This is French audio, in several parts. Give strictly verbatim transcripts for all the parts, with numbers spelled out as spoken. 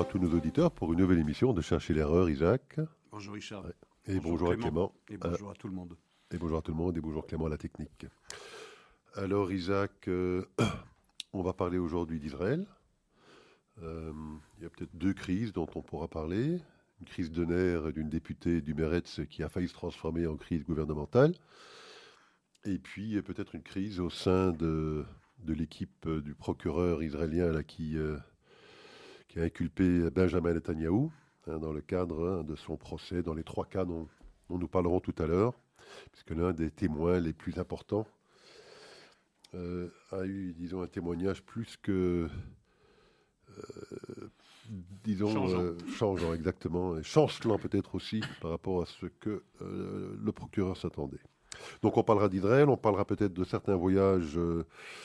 à tous nos auditeurs pour une nouvelle émission de Chercher l'erreur, Isaac. Bonjour Richard. Ouais. Et bonjour, bonjour à Clément. Et bonjour euh, à tout le monde. Et bonjour à tout le monde et bonjour Clément à la technique. Alors Isaac, euh, on va parler aujourd'hui d'Israël. Euh, il y a peut-être deux crises dont on pourra parler. Une crise de nerfs d'une députée du Meretz qui a failli se transformer en crise gouvernementale. Et puis peut-être une crise au sein de, de l'équipe du procureur israélien là, qui, euh, qui a inculpé Benjamin Netanyahou hein, dans le cadre hein, de son procès, dans les trois cas dont, dont nous parlerons tout à l'heure, puisque l'un des témoins les plus importants euh, a eu, disons, un témoignage plus que... Euh, disons, changeant. Euh, changeant exactement, et chancelant peut-être aussi par rapport à ce que euh, le procureur s'attendait. Donc on parlera d'Israël, on parlera peut-être de certains voyages euh,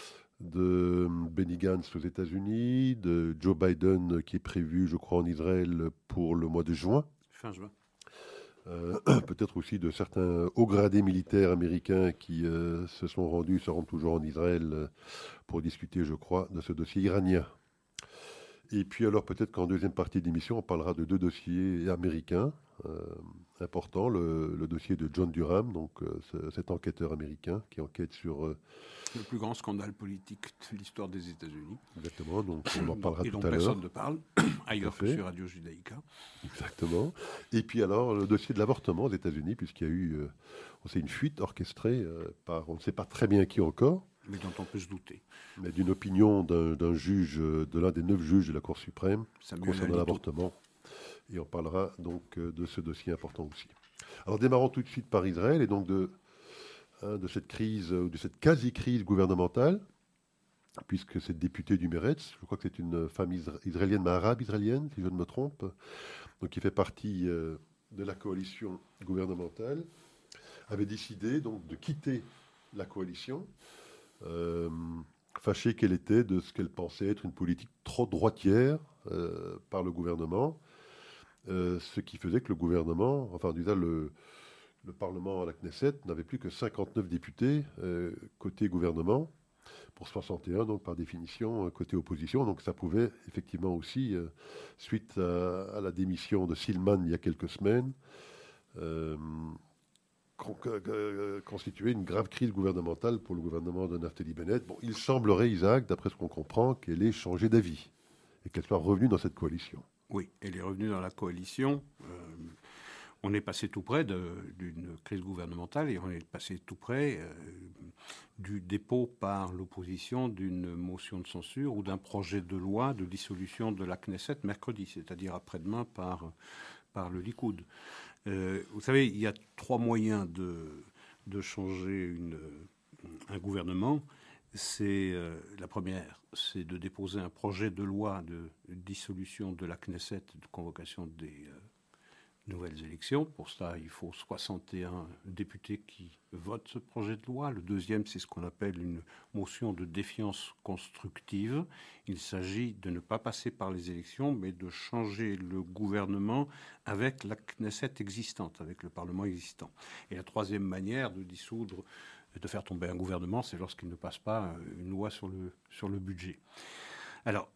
de Benny Gantz aux États-Unis, de Joe Biden qui est prévu, je crois, en Israël pour le mois de juin. Fin juin. Euh, peut-être aussi de certains hauts gradés militaires américains qui euh, se sont rendus, se rendent toujours en Israël euh, pour discuter, je crois, de ce dossier iranien. Et puis alors peut-être qu'en deuxième partie d'émission, on parlera de deux dossiers américains euh, importants. Le, le dossier de John Durham, donc euh, ce, cet enquêteur américain qui enquête sur... Euh, le plus grand scandale politique de l'histoire des États-Unis. Exactement, donc on en parlera et tout dont à l'heure. personne ne parle, ailleurs que sur Radio Judaïka. Exactement. Et puis alors le dossier de l'avortement aux États-Unis, puisqu'il y a eu euh, c'est une fuite orchestrée euh, par on ne sait pas très bien qui encore. Mais dont on peut se douter. Mais d'une opinion d'un, d'un juge, de l'un des neuf juges de la Cour suprême Samuel concernant Alito. l'avortement. Et on parlera donc de ce dossier important aussi. Alors démarrons tout de suite par Israël et donc de, hein, de cette crise, de cette quasi-crise gouvernementale, puisque cette députée du Meretz, je crois que c'est une femme isra- israélienne, mais arabe israélienne, si je ne me trompe, donc qui fait partie euh, de la coalition gouvernementale, avait décidé donc de quitter la coalition. Euh, fâchée qu'elle était de ce qu'elle pensait être une politique trop droitière euh, par le gouvernement, euh, ce qui faisait que le gouvernement, enfin disons le, le Parlement à la Knesset n'avait plus que cinquante-neuf députés euh, côté gouvernement, pour soixante et un donc par définition côté opposition, donc ça pouvait effectivement aussi, euh, suite à, à la démission de Silman il y a quelques semaines, euh, constituer une grave crise gouvernementale pour le gouvernement de Naftali Bennett. Bon, il semblerait, Isaac, d'après ce qu'on comprend, qu'elle ait changé d'avis et qu'elle soit revenue dans cette coalition. Oui, elle est revenue dans la coalition. Euh, on est passé tout près de, d'une crise gouvernementale et on est passé tout près euh, du dépôt par l'opposition d'une motion de censure ou d'un projet de loi de dissolution de la Knesset mercredi, c'est-à-dire après-demain par, par le Likoud. Euh, vous savez, il y a trois moyens de, de changer une, un gouvernement. C'est, euh, la première, c'est de déposer un projet de loi de dissolution de la Knesset, de convocation des euh, nouvelles élections. Pour cela, il faut soixante et un députés qui votent ce projet de loi. Le deuxième, c'est ce qu'on appelle une motion de défiance constructive. Il s'agit de ne pas passer par les élections, mais de changer le gouvernement avec la Knesset existante, avec le Parlement existant. Et la troisième manière de dissoudre, de faire tomber un gouvernement, c'est lorsqu'il ne passe pas une loi sur le, sur le budget. Alors...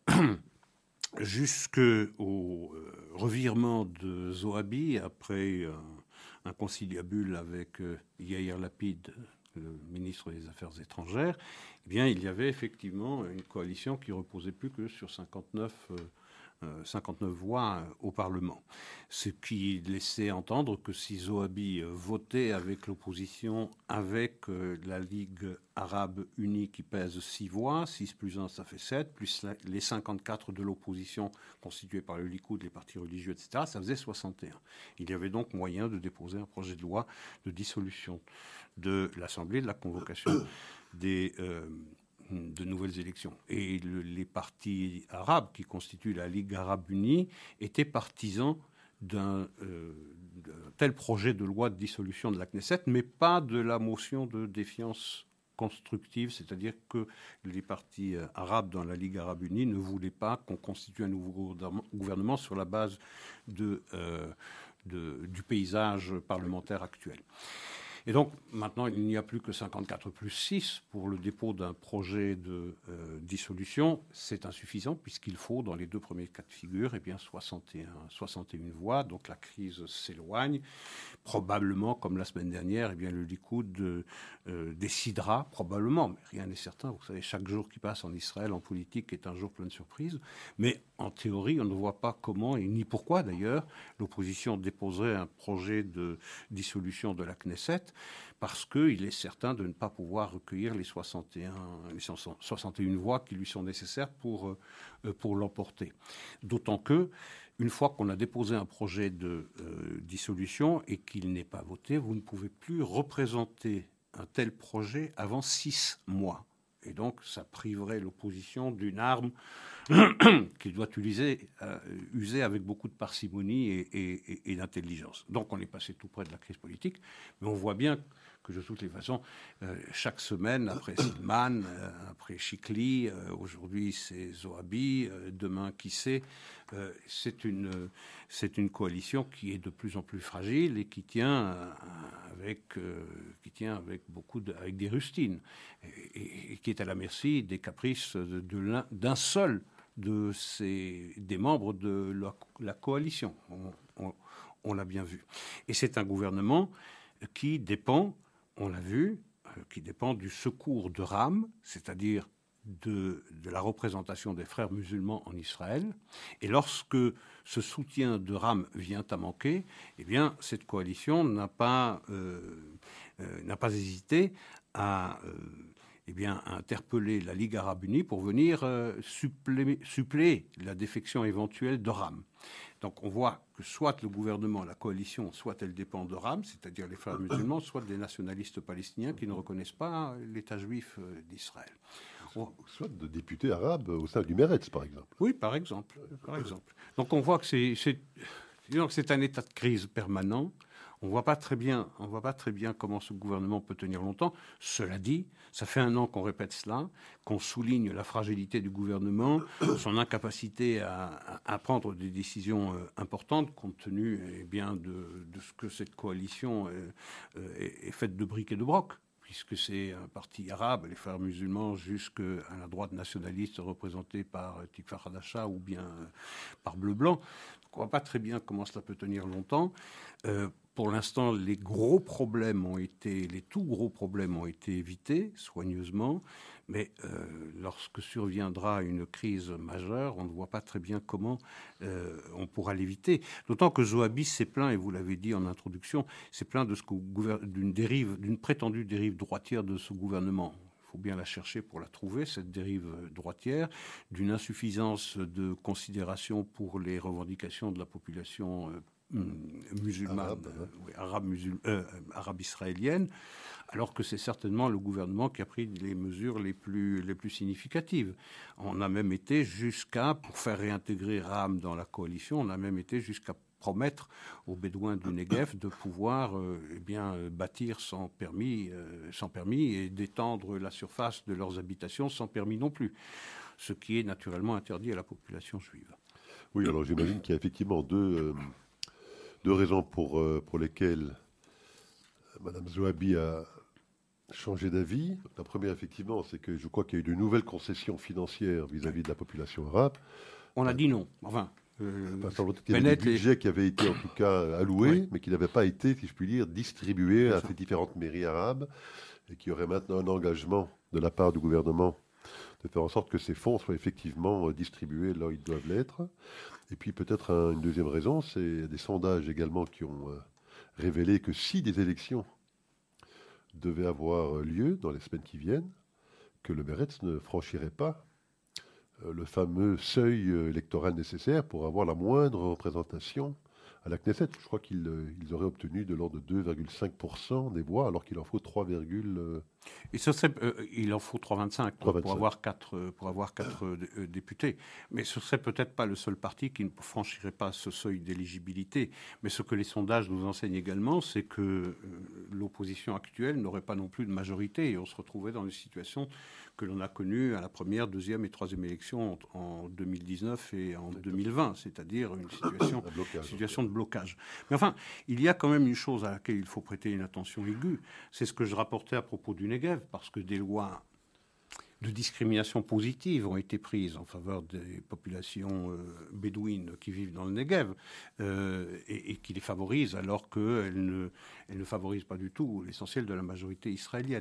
Jusqu'au euh, revirement de Zohabi, après euh, un conciliabule avec euh, Yair Lapid, le ministre des Affaires étrangères, eh bien, il y avait effectivement une coalition qui reposait plus que sur cinquante-neuf, euh, euh, cinquante-neuf voix euh, au Parlement. Ce qui laissait entendre que si Zohabi euh, votait avec l'opposition, avec euh, la Ligue arabe unie qui pèse six voix, six plus un ça fait sept, plus la, les cinquante-quatre de l'opposition constituée par le Likoud, les partis religieux, et cetera, ça faisait soixante et un. Il y avait donc moyen de déposer un projet de loi de dissolution de l'Assemblée, de la convocation des... Euh, de nouvelles élections. Et le, les partis arabes qui constituent la Ligue arabe unie étaient partisans d'un, euh, d'un tel projet de loi de dissolution de la Knesset, mais pas de la motion de défiance constructive, c'est-à-dire que les partis euh, arabes dans la Ligue arabe unie ne voulaient pas qu'on constitue un nouveau gouvernement sur la base de, euh, de, du paysage parlementaire actuel. Et donc, maintenant, il n'y a plus que cinquante-quatre plus six pour le dépôt d'un projet de euh, dissolution. C'est insuffisant puisqu'il faut, dans les deux premiers cas de figure, eh bien, soixante et un, soixante et une voix. Donc, la crise s'éloigne. Probablement, comme la semaine dernière, eh bien, le Likoud euh, décidera, probablement, mais rien n'est certain. Vous savez, chaque jour qui passe en Israël, en politique, est un jour plein de surprises. Mais en théorie, on ne voit pas comment, et ni pourquoi d'ailleurs, l'opposition déposerait un projet de dissolution de la Knesset, parce qu'il est certain de ne pas pouvoir recueillir les soixante et un, les soixante et une voix qui lui sont nécessaires pour, euh, pour l'emporter. D'autant que, une fois qu'on a déposé un projet de euh, dissolution et qu'il n'est pas voté, vous ne pouvez plus représenter un tel projet avant six mois. Et donc, ça priverait l'opposition d'une arme qu'il doit utiliser, euh, user avec beaucoup de parcimonie et, et, et, et d'intelligence. Donc, on est passé tout près de la crise politique, mais on voit bien que de toutes les façons, euh, chaque semaine, après Silman, euh, après Chikli, euh, aujourd'hui c'est Zoabi, euh, demain qui sait, euh, c'est une, c'est une coalition qui est de plus en plus fragile et qui tient euh, avec, euh, qui tient avec beaucoup de, avec des rustines et, et, et qui est à la merci des caprices de, de l'un, d'un seul de ces, des membres de la, la coalition. On, on, on l'a bien vu. Et c'est un gouvernement qui dépend, on l'a vu, euh, qui dépend du secours de Ram, c'est-à-dire de, de la représentation des frères musulmans en Israël. Et lorsque ce soutien de Ram vient à manquer, eh bien, cette coalition n'a pas, euh, euh, n'a pas hésité à, euh, eh bien, à interpeller la Ligue arabe unie pour venir euh, suppléer, suppléer la défection éventuelle de Ram. Donc on voit que soit le gouvernement, la coalition, soit elle dépend de Ram, c'est-à-dire les frères musulmans, soit des nationalistes palestiniens qui ne reconnaissent pas l'État juif d'Israël. Soit de députés arabes au sein du Meretz, par exemple. Oui, par exemple. Par exemple. Donc on voit que c'est, c'est, disons que c'est un état de crise permanent. On ne voit pas très bien, on voit pas très bien comment ce gouvernement peut tenir longtemps. Cela dit, ça fait un an qu'on répète cela, qu'on souligne la fragilité du gouvernement, son incapacité à, à prendre des décisions euh, importantes, compte tenu eh bien, de, de ce que cette coalition euh, euh, est, est faite de briques et de brocs, puisque c'est un parti arabe, les frères musulmans, jusqu'à la droite nationaliste représentée par Tikva Hadasha ou bien euh, par Bleu-Blanc. On ne voit pas très bien comment cela peut tenir longtemps. Euh, pour l'instant, les gros problèmes ont été, les tout gros problèmes ont été évités soigneusement, mais euh, lorsque surviendra une crise majeure, on ne voit pas très bien comment euh, on pourra l'éviter. D'autant que Zoabi s'est plaint, et vous l'avez dit en introduction, s'est plaint de ce que, d'une dérive, d'une prétendue dérive droitière de ce gouvernement. Il faut bien la chercher pour la trouver, cette dérive droitière, d'une insuffisance de considération pour les revendications de la population euh, musulmane, arabe, euh, oui, arabe, musul, euh, arabe israélienne, alors que c'est certainement le gouvernement qui a pris les mesures les plus, les plus significatives. On a même été jusqu'à, pour faire réintégrer Ram dans la coalition, on a même été jusqu'à promettre aux Bédouins du Negev de pouvoir euh, eh bien, euh, bâtir sans permis, euh, sans permis et d'étendre la surface de leurs habitations sans permis non plus, ce qui est naturellement interdit à la population juive. Oui, alors j'imagine qu'il y a effectivement deux, euh, deux raisons pour, euh, pour lesquelles Mme Zoabi a changé d'avis. La première, effectivement, c'est que je crois qu'il y a eu de nouvelles concessions financières vis-à-vis de la population arabe. On a dit non. Enfin... Euh, enfin, il y avait des budgets et... qui avaient été en tout cas alloués, oui. mais qui n'avaient pas été, si je puis dire, distribués à ces différentes mairies arabes, et qui aurait maintenant un engagement de la part du gouvernement de faire en sorte que ces fonds soient effectivement distribués là où ils doivent l'être. Et puis peut-être un, une deuxième raison, c'est des sondages également qui ont euh, révélé que si des élections devaient avoir lieu dans les semaines qui viennent, que le Meretz ne franchirait pas le fameux seuil électoral nécessaire pour avoir la moindre représentation à la Knesset. Je crois qu'ils ils auraient obtenu de l'ordre de deux virgule cinq pour cent des voix, alors qu'il en faut trois, Et ce serait, euh, il en faut trois virgule vingt-cinq pour, pour avoir quatre, pour avoir quatre euh, députés. Mais ce serait peut-être pas le seul parti qui ne franchirait pas ce seuil d'éligibilité. Mais ce que les sondages nous enseignent également, c'est que euh, l'opposition actuelle n'aurait pas non plus de majorité, et on se retrouvait dans une situation que l'on a connue à la première, deuxième et troisième élection en, en deux mille dix-neuf et en deux mille vingt, c'est-à-dire une situation, situation de blocage. Mais enfin, il y a quand même une chose à laquelle il faut prêter une attention aiguë. C'est ce que je rapportais à propos du Negev, parce que des lois de discrimination positive ont été prises en faveur des populations euh, bédouines qui vivent dans le Negev euh, et, et qui les favorisent alors qu'elles ne, elles ne favorisent pas du tout l'essentiel de la majorité israélienne.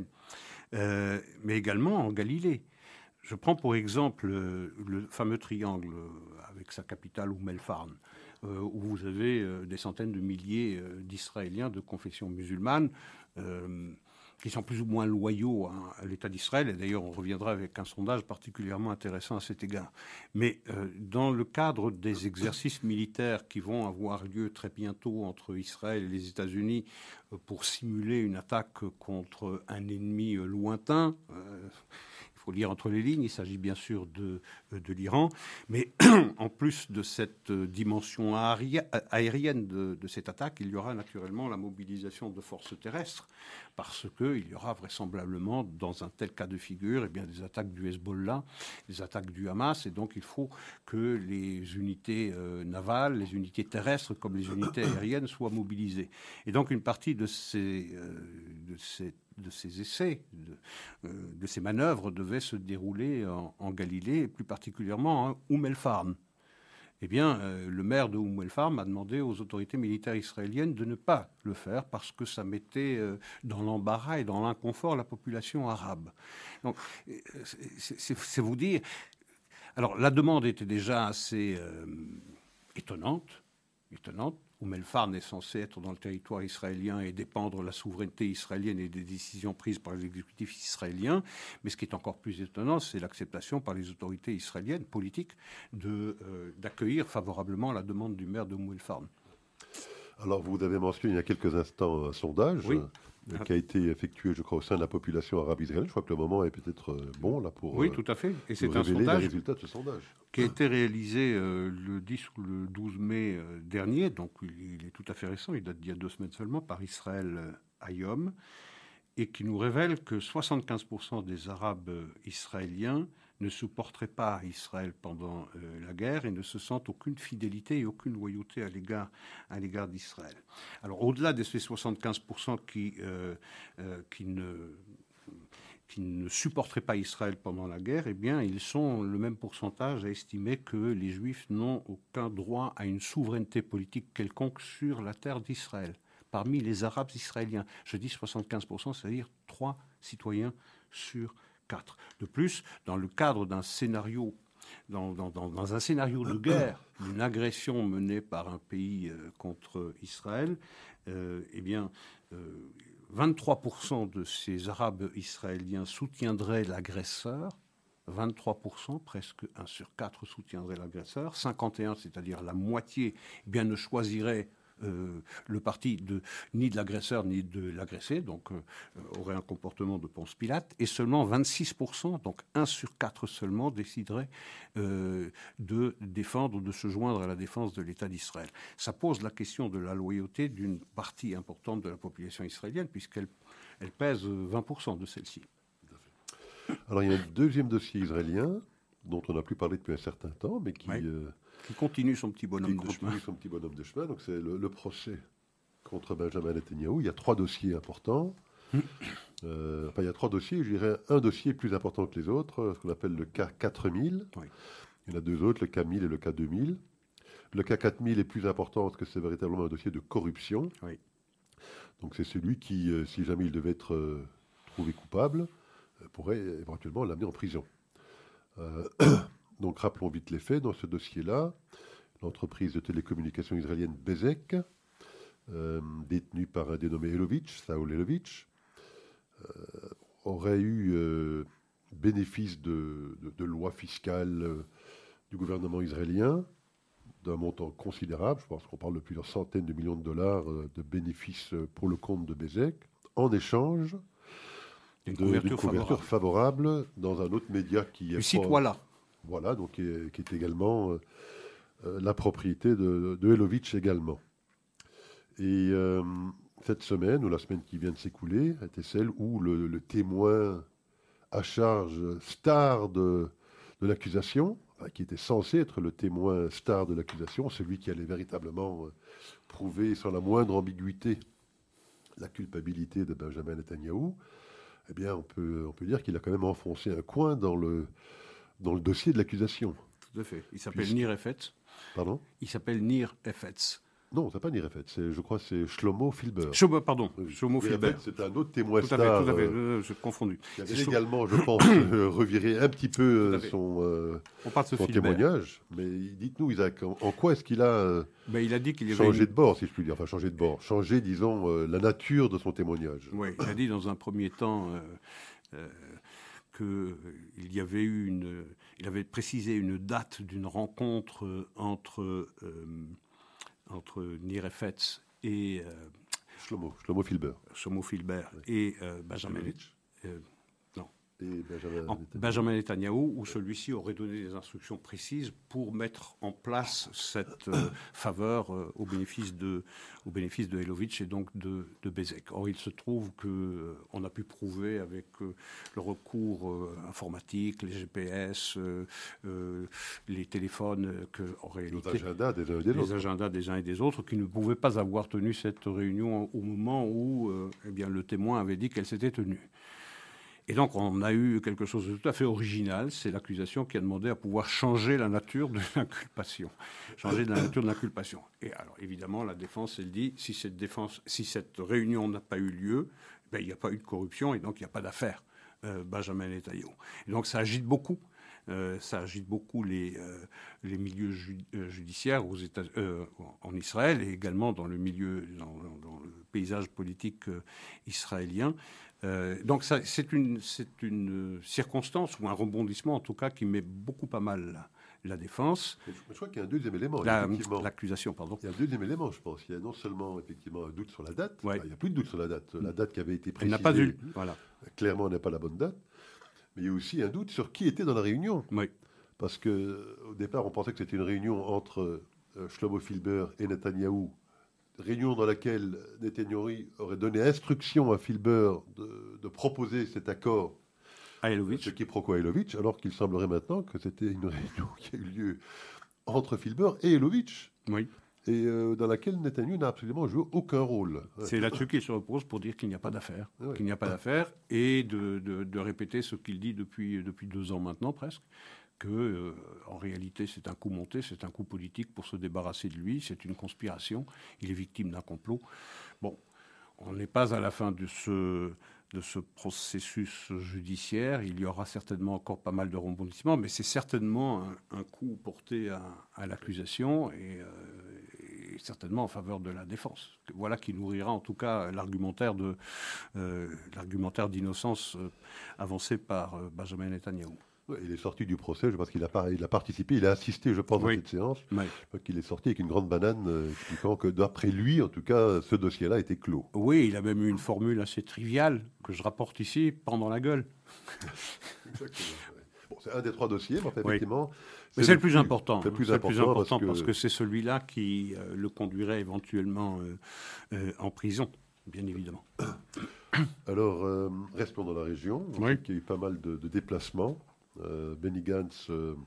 Euh, mais également en Galilée. Je prends pour exemple euh, le fameux triangle avec sa capitale Oum el-Farn, euh, où vous avez euh, des centaines de milliers euh, d'Israéliens de confession musulmane euh, qui sont plus ou moins loyaux hein, à l'État d'Israël. Et d'ailleurs, on reviendra avec un sondage particulièrement intéressant à cet égard. Mais euh, dans le cadre des exercices militaires qui vont avoir lieu très bientôt entre Israël et les États-Unis euh, pour simuler une attaque contre un ennemi euh, lointain, euh, il faut lire entre les lignes, il s'agit bien sûr de, de l'Iran, mais en plus de cette dimension aérienne de, de cette attaque, il y aura naturellement la mobilisation de forces terrestres, parce qu'il y aura vraisemblablement, dans un tel cas de figure, eh bien, des attaques du Hezbollah, des attaques du Hamas, et donc il faut que les unités euh, navales, les unités terrestres comme les unités aériennes soient mobilisées. Et donc une partie de ces, euh, de ces de ces essais, de, euh, de ces manœuvres devaient se dérouler en, en Galilée, et plus particulièrement à Oum el-Farn. Eh bien, euh, le maire de Oum el-Farn a demandé aux autorités militaires israéliennes de ne pas le faire parce que ça mettait euh, dans l'embarras et dans l'inconfort la population arabe. Donc, c'est, c'est, c'est vous dire... Alors, la demande était déjà assez euh, étonnante, étonnante. Oum el-Farn est censé être dans le territoire israélien et dépendre de la souveraineté israélienne et des décisions prises par l'exécutif israélien. Mais ce qui est encore plus étonnant, c'est l'acceptation par les autorités israéliennes, politiques, de, euh, d'accueillir favorablement la demande du maire de Oum el-Farn. Alors, vous avez mentionné il y a quelques instants un sondage oui. euh, qui a été effectué, je crois, au sein de la population arabe israélienne. Je crois que le moment est peut-être euh, bon là pour oui, euh, tout à fait. Et c'est un révéler sondage les résultats de ce sondage qui a été réalisé euh, le dix ou le douze mai euh, dernier, donc il, il est tout à fait récent, il date d'il y a deux semaines seulement, par Israël euh, Hayom, et qui nous révèle que soixante-quinze pour cent des Arabes euh, israéliens ne supporteraient pas Israël pendant euh, la guerre et ne se sentent aucune fidélité et aucune loyauté à l'égard, à l'égard d'Israël. Alors au-delà de ces soixante-quinze pour cent qui, euh, euh, qui ne... qui ne supporteraient pas Israël pendant la guerre, eh bien, ils sont le même pourcentage à estimer que les Juifs n'ont aucun droit à une souveraineté politique quelconque sur la terre d'Israël, parmi les Arabes israéliens. Je dis soixante-quinze pour cent, c'est-à-dire trois citoyens sur quatre. De plus, dans le cadre d'un scénario, dans, dans, dans, dans un scénario de guerre, d'une agression menée par un pays euh, contre Israël, euh, eh bien, euh, vingt-trois pour cent de ces Arabes israéliens soutiendraient l'agresseur, vingt-trois pour cent, presque un sur quatre soutiendraient l'agresseur, cinquante et un, c'est-à-dire la moitié, eh bien, ne choisirait euh, le parti de, ni de l'agresseur ni de l'agressé, donc euh, aurait un comportement de Ponce Pilate, et seulement vingt-six pour cent, donc un sur quatre seulement, déciderait euh, de défendre, de se joindre à la défense de l'État d'Israël. Ça pose la question de la loyauté d'une partie importante de la population israélienne, puisqu'elle elle pèse vingt pour cent de celle-ci. Alors il y a un deuxième dossier israélien dont on n'a plus parlé depuis un certain temps, mais qui... Oui. Euh, qui continue son petit bonhomme qui de chemin. son petit bonhomme de chemin. Donc c'est le, le procès contre Benjamin Netanyahou. Il y a trois dossiers importants. Mmh. Euh, enfin, il y a trois dossiers. Je dirais un dossier plus important que les autres, ce qu'on appelle le cas quatre mille. Oui. Il y en a deux autres, le cas mille et le cas deux mille. Le cas quatre mille est plus important parce que c'est véritablement un dossier de corruption. Oui. Donc c'est celui qui, euh, si jamais il devait être euh, trouvé coupable, euh, pourrait éventuellement l'amener en prison. Euh, Donc rappelons vite les faits. Dans ce dossier-là, l'entreprise de télécommunications israélienne Bezek, euh, détenue par un dénommé Elovitch, Saoul Elovitch, euh, aurait eu euh, bénéfice de, de, de lois fiscales euh, du gouvernement israélien d'un montant considérable. Je pense qu'on parle de plusieurs centaines de millions de dollars euh, de bénéfices pour le compte de Bezek, en échange d'une de, couverture, couverture favorable. favorable dans un autre média qui est... Le site Walla. Voilà, donc qui est, qui est également euh, euh, la propriété de, de Elovitch également. Et euh, cette semaine, ou la semaine qui vient de s'écouler, était celle où le, le témoin à charge star de, de l'accusation, enfin, qui était censé être le témoin star de l'accusation, celui qui allait véritablement euh, prouver sans la moindre ambiguïté la culpabilité de Benjamin Netanyahou, eh bien, on peut, on peut dire qu'il a quand même enfoncé un coin dans le, dans le dossier de l'accusation. Tout à fait. Il s'appelle Puisque... Nir Efetz. Pardon ? Il s'appelle Nir Efetz. Non, c'est pas Nir Efetz, c'est, je crois que c'est Shlomo Filber. Shlomo, pardon, Shlomo Filber. C'est un autre témoin tout à star. Fait, tout à fait, euh, j'ai confondu. Qui avait également, je pense, euh, reviré un petit peu euh, son, euh, On parle de son Filber. témoignage. Mais dites-nous, Isaac, en, en quoi est-ce qu'il a euh, ben, il a dit qu'il y avait changé une... de bord, si je puis dire, enfin changé de bord, changé, disons, euh, la nature de son témoignage. Oui, il a dit dans un premier temps euh, euh, qu'il y avait eu une... Il avait précisé une date d'une rencontre euh, entre, euh, entre Nir Efetz et... Euh, Shlomo, Shlomo Filber. Shlomo Filber oui. et euh, Benjamin... Euh, non. Et Benjamin, en, Benjamin Netanyahou, où celui-ci aurait donné des instructions précises pour mettre en place cette euh, faveur euh, au bénéfice de, au bénéfice de Elovitch et donc de, de Bézek. Or, il se trouve qu'on euh, a pu prouver avec euh, le recours euh, informatique, les G P S, euh, euh, les téléphones, euh, que en réalité, les agendas des uns et des les autres. agendas des uns et des autres, qui ne pouvaient pas avoir tenu cette réunion au moment où euh, eh bien, le témoin avait dit qu'elle s'était tenue. Et donc, on a eu quelque chose de tout à fait original. C'est l'accusation qui a demandé à pouvoir changer la nature de l'inculpation. Changer de la nature de l'inculpation. Et alors, évidemment, la défense, elle dit, si cette, défense, si cette réunion n'a pas eu lieu, ben, il n'y a pas eu de corruption et donc il n'y a pas d'affaire, euh, Benjamin Netanyahou. Et donc, ça agite beaucoup. Euh, ça agite beaucoup les, euh, les milieux ju- euh, judiciaires aux États, euh, en Israël et également dans le milieu, dans, dans le paysage politique euh, israélien. Euh, donc ça, c'est, une, c'est une circonstance ou un rebondissement en tout cas qui met beaucoup à mal la, la défense. Mais je crois qu'il y a un deuxième élément. La, l'accusation, pardon. Il y a un deuxième élément, je pense. Il y a non seulement effectivement un doute sur la date, ouais. enfin, il n'y a plus de doute sur la date. La date qui avait été précisée, elle n'a pas dû, voilà. Clairement n'est pas la bonne date. Mais il y a aussi un doute sur qui était dans la réunion. Oui. Parce qu'au départ, on pensait que c'était une réunion entre euh, Shlomo Filber et Netanyahou. Réunion dans laquelle Netanyahou aurait donné instruction à Filber de, de proposer cet accord à Elovitch, ce qui proco à Elovitch, alors qu'il semblerait maintenant que c'était une réunion qui a eu lieu entre Filber et Elovitch, oui. et euh, dans laquelle Netanyahou n'a absolument joué aucun rôle. C'est là-dessus qu'il se repose pour dire qu'il n'y a pas d'affaire, ouais. qu'il n'y a pas d'affaire, et de, de, de répéter ce qu'il dit depuis, depuis deux ans maintenant presque, que euh, en réalité c'est un coup monté, c'est un coup politique pour se débarrasser de lui, c'est une conspiration, il est victime d'un complot. Bon, on n'est pas à la fin de ce, de ce processus judiciaire, il y aura certainement encore pas mal de rebondissements, mais c'est certainement un, un coup porté à, à l'accusation et, euh, et certainement en faveur de la défense. Voilà qui nourrira en tout cas l'argumentaire, de, euh, l'argumentaire d'innocence euh, avancé par euh, Benjamin Netanyahou. Ouais, il est sorti du procès, je pense qu'il a, il a participé, il a assisté, je pense, oui. à cette séance. Oui. Je qu'il est sorti avec une grande banane euh, expliquant que, d'après lui, en tout cas, ce dossier-là était clos. Oui, il a même eu une formule assez triviale que je rapporte ici, pendant la gueule. Exactement. Ouais. Bon, c'est un des trois dossiers, mais enfin, oui. effectivement... Mais c'est, c'est le plus, plus important. C'est le plus c'est important, le plus important parce, parce que... que c'est celui-là qui euh, le conduirait éventuellement euh, euh, en prison, bien évidemment. Alors, euh, restons dans la région. On oui. sait qu'il y a eu pas mal de, de déplacements. Euh, Benny Gantz euh,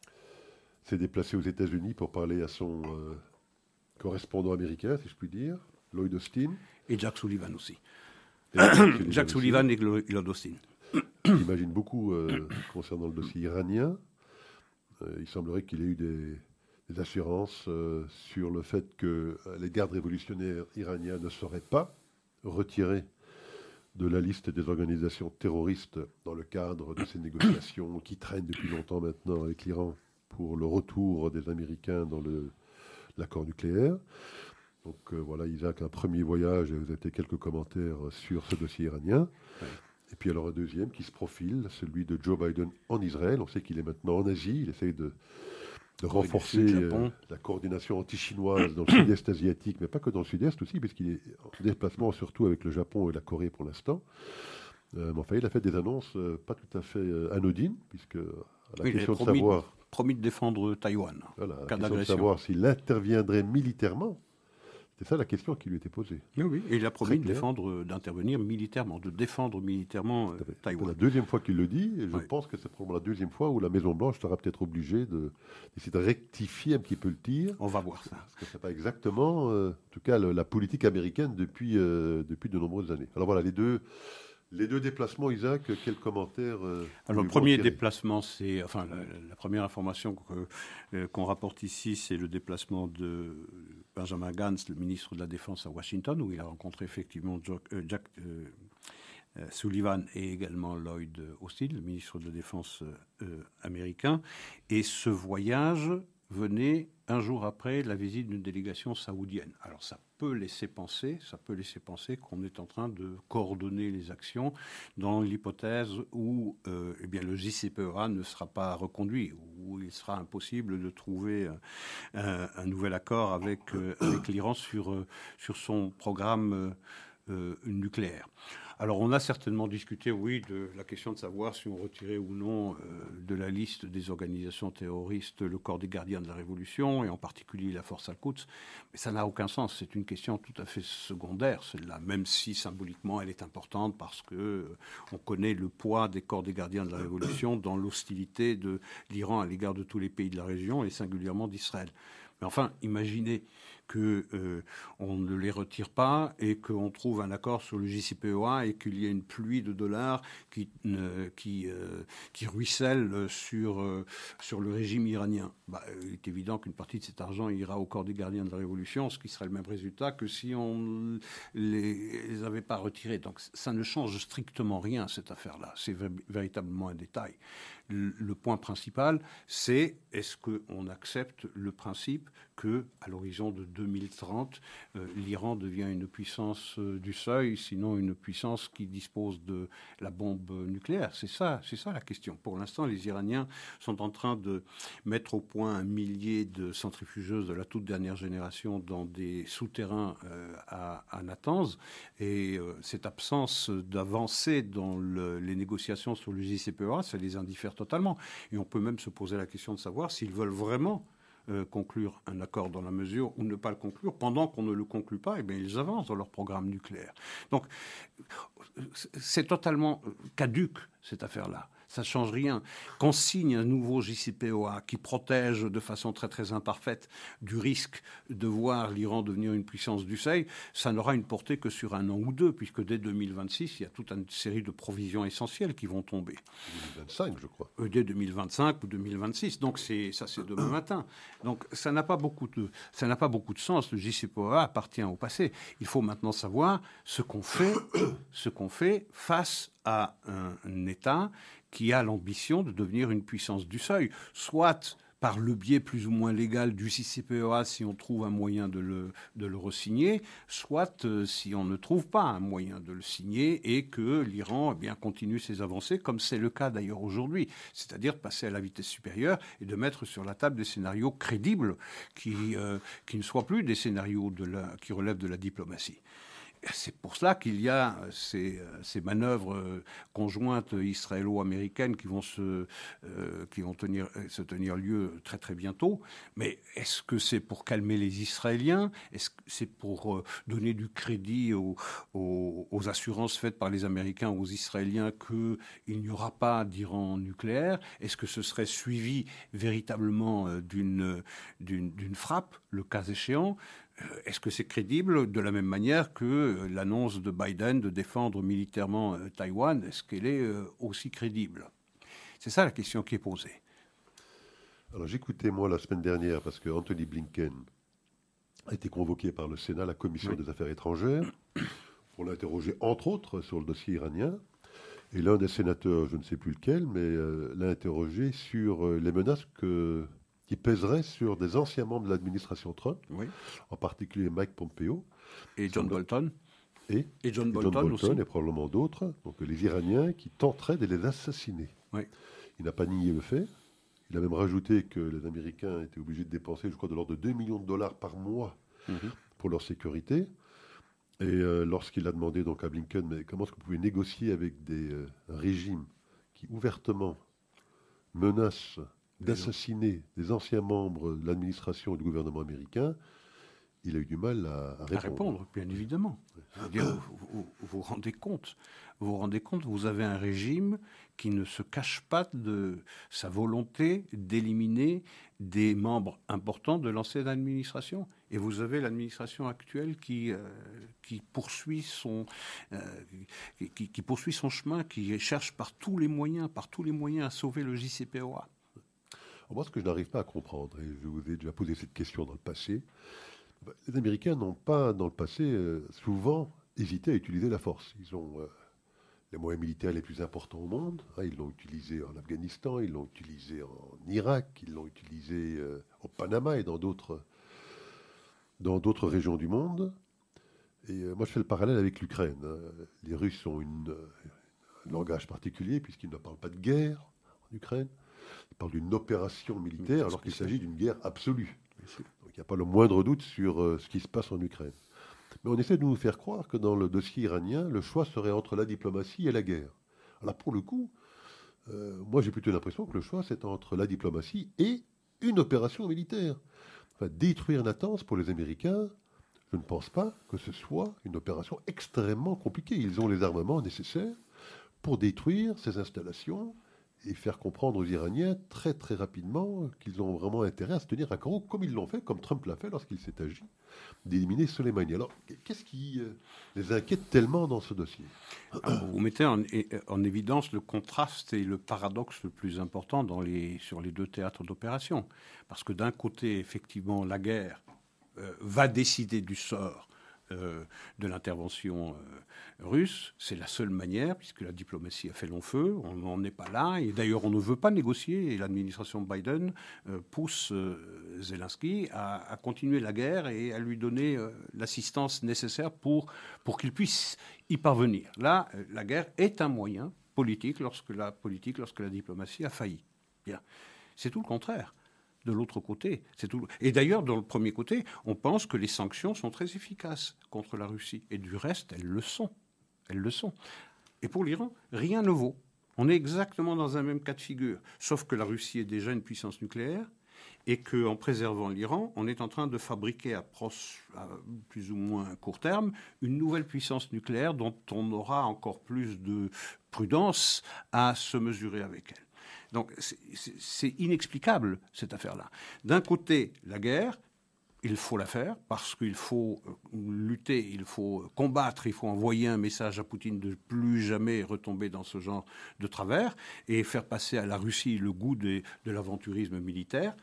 s'est déplacé aux États-Unis pour parler à son euh, correspondant américain, si je puis dire, Lloyd Austin. Et Jack Sullivan aussi. Et Jack Sullivan, Jack aussi. Sullivan et Lloyd Austin. J'imagine beaucoup euh, concernant le dossier iranien. Euh, il semblerait qu'il ait eu des, des assurances euh, sur le fait que les gardes révolutionnaires iraniens ne seraient pas retirés de la liste des organisations terroristes dans le cadre de ces négociations qui traînent depuis longtemps maintenant avec l'Iran pour le retour des Américains dans le, l'accord nucléaire. Donc euh, voilà, Isaac, un premier voyage, et vous avez quelques commentaires sur ce dossier iranien. Oui. Et puis alors un deuxième qui se profile, celui de Joe Biden en Israël. On sait qu'il est maintenant en Asie, il essaye de, de renforcer Sud, euh, la coordination anti-chinoise dans le sud-est asiatique, mais pas que dans le sud-est aussi, puisqu'il est en déplacement surtout avec le Japon et la Corée pour l'instant. Euh, mais enfin, il a fait des annonces euh, pas tout à fait euh, anodines, puisque la oui, question promis, de savoir... promis de défendre Taïwan. Voilà, la question de savoir s'il interviendrait militairement, C'est ça la question qui lui était posée. Oui, oui. Et il a promis de défendre, d'intervenir militairement, de défendre militairement euh, Taïwan. C'est la deuxième fois qu'il le dit, et je Oui. pense que c'est probablement la deuxième fois où la Maison-Blanche sera peut-être obligée de, d'essayer de rectifier un petit peu le tir. On va voir ça. Parce que ce n'est pas exactement, euh, en tout cas, le, la politique américaine depuis, euh, depuis de nombreuses années. Alors voilà, les deux, les deux déplacements, Isaac, quels commentaires euh, Alors le premier déplacement, c'est, enfin la, la première information que, euh, qu'on rapporte ici, c'est le déplacement de Benjamin Gantz, le ministre de la Défense à Washington, où il a rencontré effectivement Jack, euh, Jack euh, euh, Sullivan et également Lloyd Austin, le ministre de la Défense euh, américain. Et ce voyage venait un jour après la visite d'une délégation saoudienne. Alors ça peut laisser penser, ça peut laisser penser qu'on est en train de coordonner les actions dans l'hypothèse où euh, eh bien, le J C P O A ne sera pas reconduit, où il sera impossible de trouver un, un nouvel accord avec, euh, avec l'Iran sur, euh, sur son programme euh, nucléaire. Alors, on a certainement discuté, oui, de la question de savoir si on retirait ou non euh, de la liste des organisations terroristes le corps des gardiens de la Révolution, et en particulier la force Al-Quds. Mais ça n'a aucun sens. C'est une question tout à fait secondaire, celle-là, même si symboliquement elle est importante parce que euh, on connaît le poids des corps des gardiens de la Révolution dans l'hostilité de l'Iran à l'égard de tous les pays de la région, et singulièrement d'Israël. Mais enfin, imaginez qu'on euh, ne les retire pas et qu'on trouve un accord sur le J C P O A et qu'il y ait une pluie de dollars qui, euh, qui, euh, qui ruisselle sur, euh, sur le régime iranien. Bah, il est évident qu'une partie de cet argent ira au corps des gardiens de la Révolution, ce qui serait le même résultat que si on ne les, les avait pas retirés. Donc ça ne change strictement rien, cette affaire-là. C'est v- véritablement un détail. Le, le point principal, c'est est-ce qu'on accepte le principe que, à l'horizon de deux mille trente, euh, l'Iran devient une puissance euh, du seuil, sinon une puissance qui dispose de la bombe nucléaire. C'est ça, c'est ça la question. Pour l'instant, les Iraniens sont en train de mettre au point un millier de centrifugeuses de la toute dernière génération dans des souterrains euh, à, à Natanz. Et euh, cette absence d'avancée dans le, les négociations sur le J C P O A, ça les indiffère totalement. Et on peut même se poser la question de savoir s'ils veulent vraiment Euh, conclure un accord dans la mesure ou ne pas le conclure. Pendant qu'on ne le conclut pas, eh bien, ils avancent dans leur programme nucléaire. Donc, c'est totalement caduque, cette affaire-là. Ça ne change rien. Qu'on signe un nouveau J C P O A qui protège de façon très très imparfaite du risque de voir l'Iran devenir une puissance du seuil, ça n'aura une portée que sur un an ou deux, puisque dès deux mille vingt-six, il y a toute une série de provisions essentielles qui vont tomber. deux mille vingt-cinq, je crois. Dès deux mille vingt-cinq ou deux mille vingt-six. Donc c'est, ça, c'est demain matin. Donc ça n'a pas beaucoup de, ça n'a pas beaucoup de sens. Le J C P O A appartient au passé. Il faut maintenant savoir ce qu'on fait, ce qu'on fait face à un, un État qui a l'ambition de devenir une puissance du seuil, soit par le biais plus ou moins légal du J C P O A si on trouve un moyen de le, de le re-signer, soit euh, si on ne trouve pas un moyen de le signer et que l'Iran eh bien, continue ses avancées, comme c'est le cas d'ailleurs aujourd'hui, c'est-à-dire de passer à la vitesse supérieure et de mettre sur la table des scénarios crédibles qui, euh, qui ne soient plus des scénarios de la, qui relèvent de la diplomatie. C'est pour cela qu'il y a ces, ces manœuvres conjointes israélo-américaines qui vont, se, euh, qui vont tenir, se tenir lieu très très bientôt. Mais est-ce que c'est pour calmer les Israéliens? Est-ce que c'est pour euh, donner du crédit aux, aux, aux assurances faites par les Américains aux Israéliens qu'il n'y aura pas d'Iran nucléaire? Est-ce que ce serait suivi véritablement d'une, d'une, d'une frappe, le cas échéant? Est-ce que c'est crédible de la même manière que l'annonce de Biden de défendre militairement Taïwan? Est-ce qu'elle est aussi crédible? C'est ça la question qui est posée. Alors j'écoutais moi la semaine dernière parce que Anthony Blinken a été convoqué par le Sénat, la Commission oui. des Affaires étrangères, pour l'interroger entre autres sur le dossier iranien. Et l'un des sénateurs, je ne sais plus lequel, mais euh, l'a interrogé sur euh, les menaces que... qui pèserait sur des anciens membres de l'administration Trump, oui. en particulier Mike Pompeo. Et John Bolton. Et, et John et Bolton, John Bolton aussi. Et probablement d'autres, donc les Iraniens qui tenteraient de les assassiner. Oui. Il n'a pas nié le fait. Il a même rajouté que les Américains étaient obligés de dépenser, je crois, de l'ordre de deux millions de dollars par mois mm-hmm. pour leur sécurité. Et euh, lorsqu'il a demandé donc à Blinken, mais comment est-ce que vous pouvez négocier avec des euh, régimes qui ouvertement menacent d'assassiner des anciens membres de l'administration et du gouvernement américain, il a eu du mal à, à répondre. À répondre, bien évidemment. Dire, vous, vous, vous vous rendez compte, vous vous rendez compte, vous avez un régime qui ne se cache pas de sa volonté d'éliminer des membres importants de l'ancienne administration. Et vous avez l'administration actuelle qui, euh, qui, poursuit son, euh, qui, qui poursuit son chemin, qui cherche par tous les moyens, par tous les moyens à sauver le J C P O A. Moi, ce que je n'arrive pas à comprendre, et je vous ai déjà posé cette question dans le passé, les Américains n'ont pas, dans le passé, euh, souvent hésité à utiliser la force. Ils ont euh, les moyens militaires les plus importants au monde. Hein, ils l'ont utilisé en Afghanistan, ils l'ont utilisé en Irak, ils l'ont utilisé euh, au Panama et dans d'autres, dans d'autres régions du monde. Et euh, moi, je fais le parallèle avec l'Ukraine. Hein. Les Russes ont une, euh, un langage particulier puisqu'ils ne parlent pas de guerre en Ukraine. Ils parlent d'une opération militaire alors qu'il s'agit d'une guerre absolue. Donc il n'y a pas le moindre doute sur euh, ce qui se passe en Ukraine. Mais on essaie de nous faire croire que dans le dossier iranien, le choix serait entre la diplomatie et la guerre. Alors pour le coup, euh, moi j'ai plutôt l'impression que le choix c'est entre la diplomatie et une opération militaire. Enfin, détruire Natanz pour les Américains, je ne pense pas que ce soit une opération extrêmement compliquée. Ils ont les armements nécessaires pour détruire ces installations et faire comprendre aux Iraniens très très rapidement qu'ils ont vraiment intérêt à se tenir à carreau, comme ils l'ont fait, comme Trump l'a fait lorsqu'il s'est agi d'éliminer Soleimani. Alors, qu'est-ce qui euh, les inquiète tellement dans ce dossier? Alors, vous mettez en, en évidence le contraste et le paradoxe le plus important dans les, sur les deux théâtres d'opération. Parce que d'un côté, effectivement, la guerre euh, va décider du sort Euh, de l'intervention euh, russe. C'est la seule manière, puisque la diplomatie a fait long feu, on n'en est pas là, et d'ailleurs on ne veut pas négocier, et l'administration Biden euh, pousse euh, Zelensky à, à continuer la guerre et à lui donner euh, l'assistance nécessaire pour, pour qu'il puisse y parvenir. Là, euh, la guerre est un moyen politique lorsque la politique, lorsque la diplomatie a failli. Bien. C'est tout le contraire. De l'autre côté, c'est tout. Et d'ailleurs, dans le premier côté, on pense que les sanctions sont très efficaces contre la Russie. Et du reste, elles le sont. Elles le sont. Et pour l'Iran, rien ne vaut. On est exactement dans un même cas de figure. Sauf que la Russie est déjà une puissance nucléaire et qu'en préservant l'Iran, on est en train de fabriquer à, proche, à plus ou moins court terme une nouvelle puissance nucléaire dont on aura encore plus de prudence à se mesurer avec elle. Donc c'est inexplicable, cette affaire-là. D'un côté, la guerre, il faut la faire parce qu'il faut lutter, il faut combattre, il faut envoyer un message à Poutine de ne plus jamais retomber dans ce genre de travers et faire passer à la Russie le goût de, de l'aventurisme militaire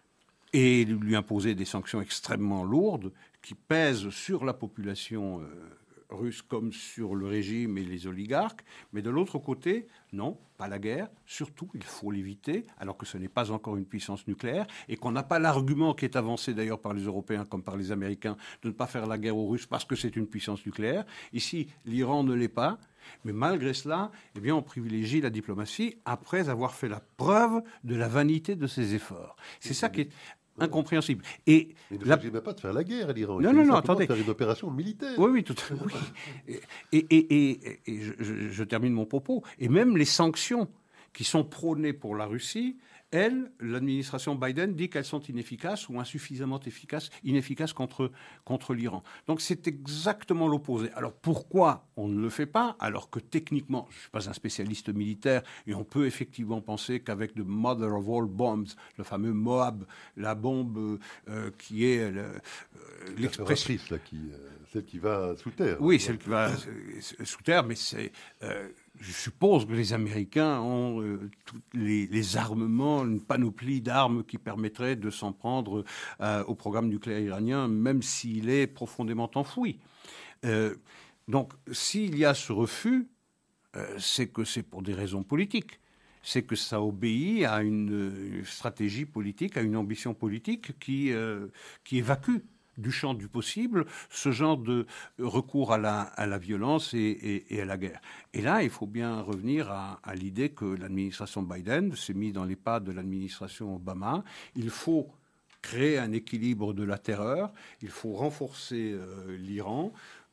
et lui imposer des sanctions extrêmement lourdes qui pèsent sur la population euh, russe comme sur le régime et les oligarques. Mais de l'autre côté, non, pas la guerre. Surtout, il faut l'éviter, alors que ce n'est pas encore une puissance nucléaire et qu'on n'a pas l'argument qui est avancé d'ailleurs par les Européens comme par les Américains de ne pas faire la guerre aux Russes parce que c'est une puissance nucléaire. Ici, l'Iran ne l'est pas. Mais malgré cela, eh bien, on privilégie la diplomatie après avoir fait la preuve de la vanité de ses efforts. C'est ça qui est incompréhensible. Et il ne la... s'agit même pas de faire la guerre à l'Iran. Non, non, non, attendez. De faire une opération militaire. Oui, oui, tout à fait. Oui. Et, et, et, et, et je, je, je termine mon propos. Et même les sanctions qui sont prônées pour la Russie, elles, l'administration Biden dit qu'elles sont inefficaces ou insuffisamment efficaces, inefficaces contre, contre l'Iran. Donc c'est exactement l'opposé. Alors pourquoi on ne le fait pas alors que techniquement, je ne suis pas un spécialiste militaire, et on peut effectivement penser qu'avec the mother of all bombs, le fameux Moab, la bombe euh, qui est le, euh, l'expression... là, qui, euh, celle qui va sous terre. Oui, celle qui va sous terre, mais c'est... Euh, je suppose que les Américains ont euh, tous les, les armements, une panoplie d'armes qui permettrait de s'en prendre euh, au programme nucléaire iranien, même s'il est profondément enfoui. Euh, donc, s'il y a ce refus, euh, c'est que c'est pour des raisons politiques. C'est que ça obéit à une, une stratégie politique, à une ambition politique qui, euh, qui évacue du champ du possible, ce genre de recours à la, à la violence et, et, et à la guerre. Et là, il faut bien revenir à, à l'idée que l'administration Biden s'est mise dans les pas de l'administration Obama. Il faut créer un équilibre de la terreur, il faut renforcer euh, l'Iran,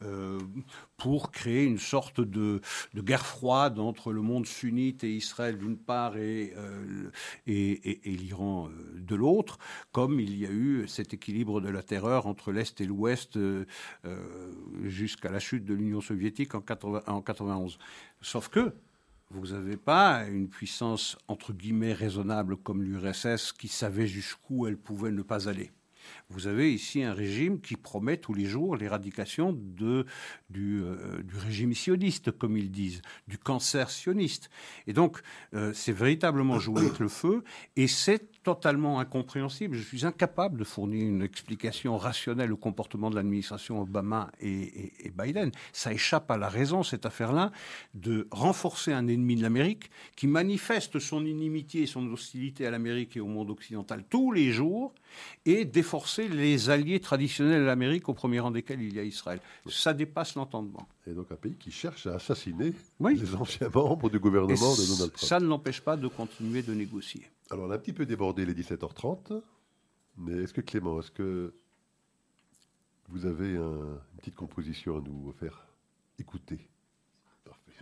euh, pour créer une sorte de, de guerre froide entre le monde sunnite et Israël d'une part et, euh, et, et, et l'Iran euh, de l'autre, comme il y a eu cet équilibre de la terreur entre l'Est et l'Ouest euh, euh, jusqu'à la chute de l'Union soviétique en, quatre-vingts, en quatre-vingt-onze. Sauf que vous n'avez pas une puissance, entre guillemets, raisonnable comme l'U R S S qui savait jusqu'où elle pouvait ne pas aller. Vous avez ici un régime qui promet tous les jours l'éradication de, du, euh, du régime sioniste, comme ils disent, du cancer sioniste. Et donc, euh, c'est véritablement jouer avec le feu, et c'est totalement incompréhensible. Je suis incapable de fournir une explication rationnelle au comportement de l'administration Obama et, et, et Biden. Ça échappe à la raison, cette affaire-là, de renforcer un ennemi de l'Amérique qui manifeste son inimitié et son hostilité à l'Amérique et au monde occidental tous les jours, et déforcer les alliés traditionnels de l'Amérique, au premier rang desquels il y a Israël. Ça dépasse l'entendement. Et donc un pays qui cherche à assassiner oui. les anciens membres du gouvernement et de Donald Trump. Ça ne l'empêche pas de continuer de négocier. Alors on a un petit peu débordé les dix-sept heures trente, mais est-ce que Clément, est-ce que vous avez un, une petite composition à nous faire écouter? Parfait.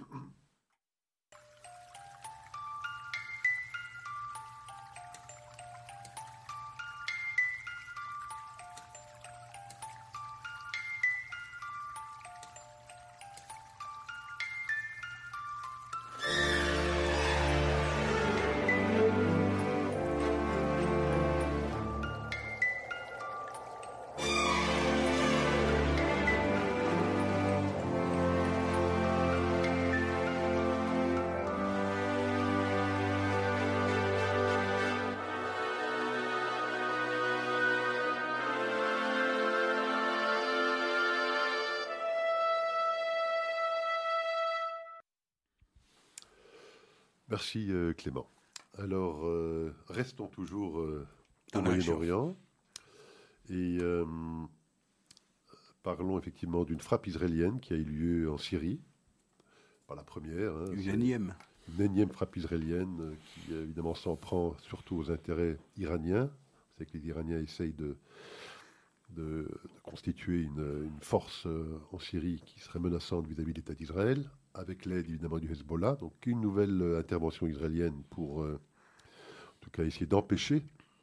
Merci euh, Clément. Alors, euh, restons toujours euh, au Moyen-Orient et euh, parlons effectivement d'une frappe israélienne qui a eu lieu en Syrie, pas la première. Hein, une énième. Une énième frappe israélienne euh, qui évidemment s'en prend surtout aux intérêts iraniens. C'est que les Iraniens essayent de, de, de constituer une, une force euh, en Syrie qui serait menaçante vis-à-vis de l'État d'Israël, avec l'aide évidemment du Hezbollah. Donc une nouvelle euh, intervention israélienne pour, euh, en tout cas, essayer d'empêcher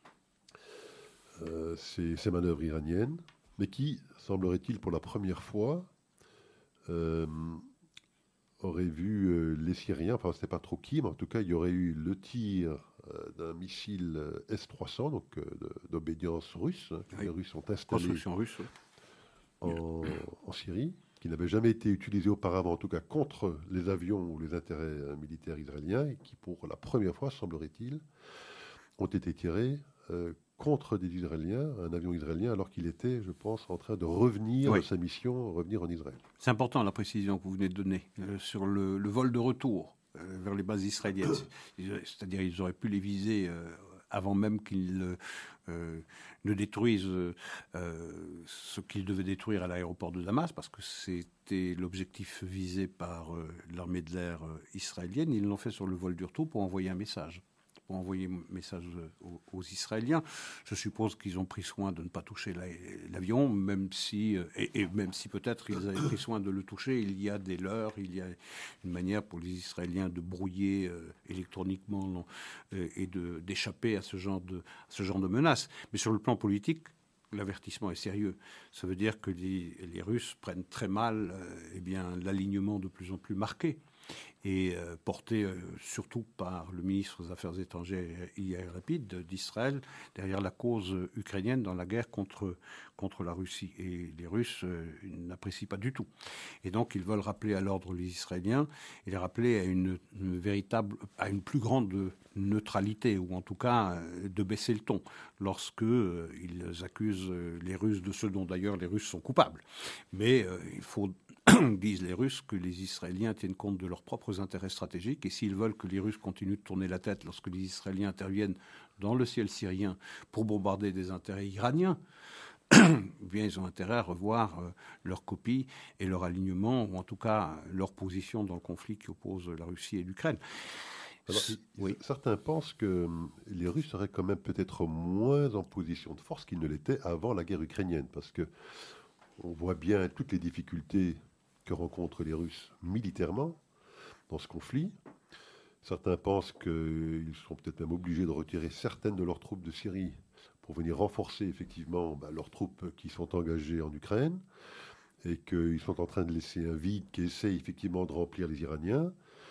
euh, ces, ces manœuvres iraniennes, mais qui, semblerait-il, pour la première fois, euh, aurait vu euh, les Syriens, enfin on ne sait pas trop qui, mais en tout cas il y aurait eu le tir euh, d'un missile S trois cents, donc euh, d'obédience russe, hein, que oui. Les Russes ont installé russe, oui. en, en Syrie, qui n'avait jamais été utilisé auparavant, en tout cas contre les avions ou les intérêts euh, militaires israéliens, et qui pour la première fois, semblerait-il, ont été tirés euh, contre des Israéliens, un avion israélien, alors qu'il était, je pense, en train de revenir oui. de sa mission, revenir en Israël. C'est important la précision que vous venez de donner euh, sur le, le vol de retour euh, vers les bases israéliennes. C'est-à-dire qu'ils auraient pu les viser euh, avant même qu'ils euh, ne détruisent euh, ce qu'ils devaient détruire à l'aéroport de Damas, parce que c'était l'objectif visé par euh, l'armée de l'air euh, israélienne. Ils l'ont fait sur le vol du retour pour envoyer un message. pour envoyer un message aux, aux Israéliens. Je suppose qu'ils ont pris soin de ne pas toucher la, l'avion, même si, et, et même si peut-être ils avaient pris soin de le toucher. Il y a des leurres, il y a une manière pour les Israéliens de brouiller euh, électroniquement non, euh, et de, d'échapper à ce genre de, à ce genre de menaces. Mais sur le plan politique, l'avertissement est sérieux. Ça veut dire que les, les Russes prennent très mal euh, eh bien, l'alignement de plus en plus marqué et euh, porté euh, surtout par le ministre des Affaires étrangères Yair Lapid d'Israël derrière la cause ukrainienne dans la guerre contre, contre la Russie. Et les Russes euh, n'apprécient pas du tout. Et donc ils veulent rappeler à l'ordre les Israéliens et les rappeler à une, une véritable, à une plus grande neutralité, ou en tout cas euh, de baisser le ton lorsque euh, ils accusent les Russes de ce dont d'ailleurs les Russes sont coupables. Mais euh, il faut disent les Russes, que les Israéliens tiennent compte de leurs propres intérêts stratégiques, et s'ils veulent que les Russes continuent de tourner la tête lorsque les Israéliens interviennent dans le ciel syrien pour bombarder des intérêts iraniens, eh bien ils ont intérêt à revoir euh, leur copie et leur alignement, ou en tout cas leur position dans le conflit qui oppose la Russie et l'Ukraine. Alors, oui. Certains pensent que les Russes seraient quand même peut-être moins en position de force qu'ils ne l'étaient avant la guerre ukrainienne, parce que on voit bien toutes les difficultés que rencontrent les Russes militairement dans ce conflit. Certains pensent qu'ils sont peut-être même obligés de retirer certaines de leurs troupes de Syrie pour venir renforcer effectivement bah, leurs troupes qui sont engagées en Ukraine et qu'ils sont en train de laisser un vide qui essaie effectivement de remplir les Iraniens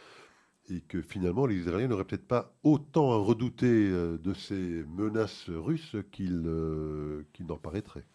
et que finalement les Israéliens n'auraient peut-être pas autant à redouter de ces menaces russes qu'ils euh, qu'il n'en paraîtrait.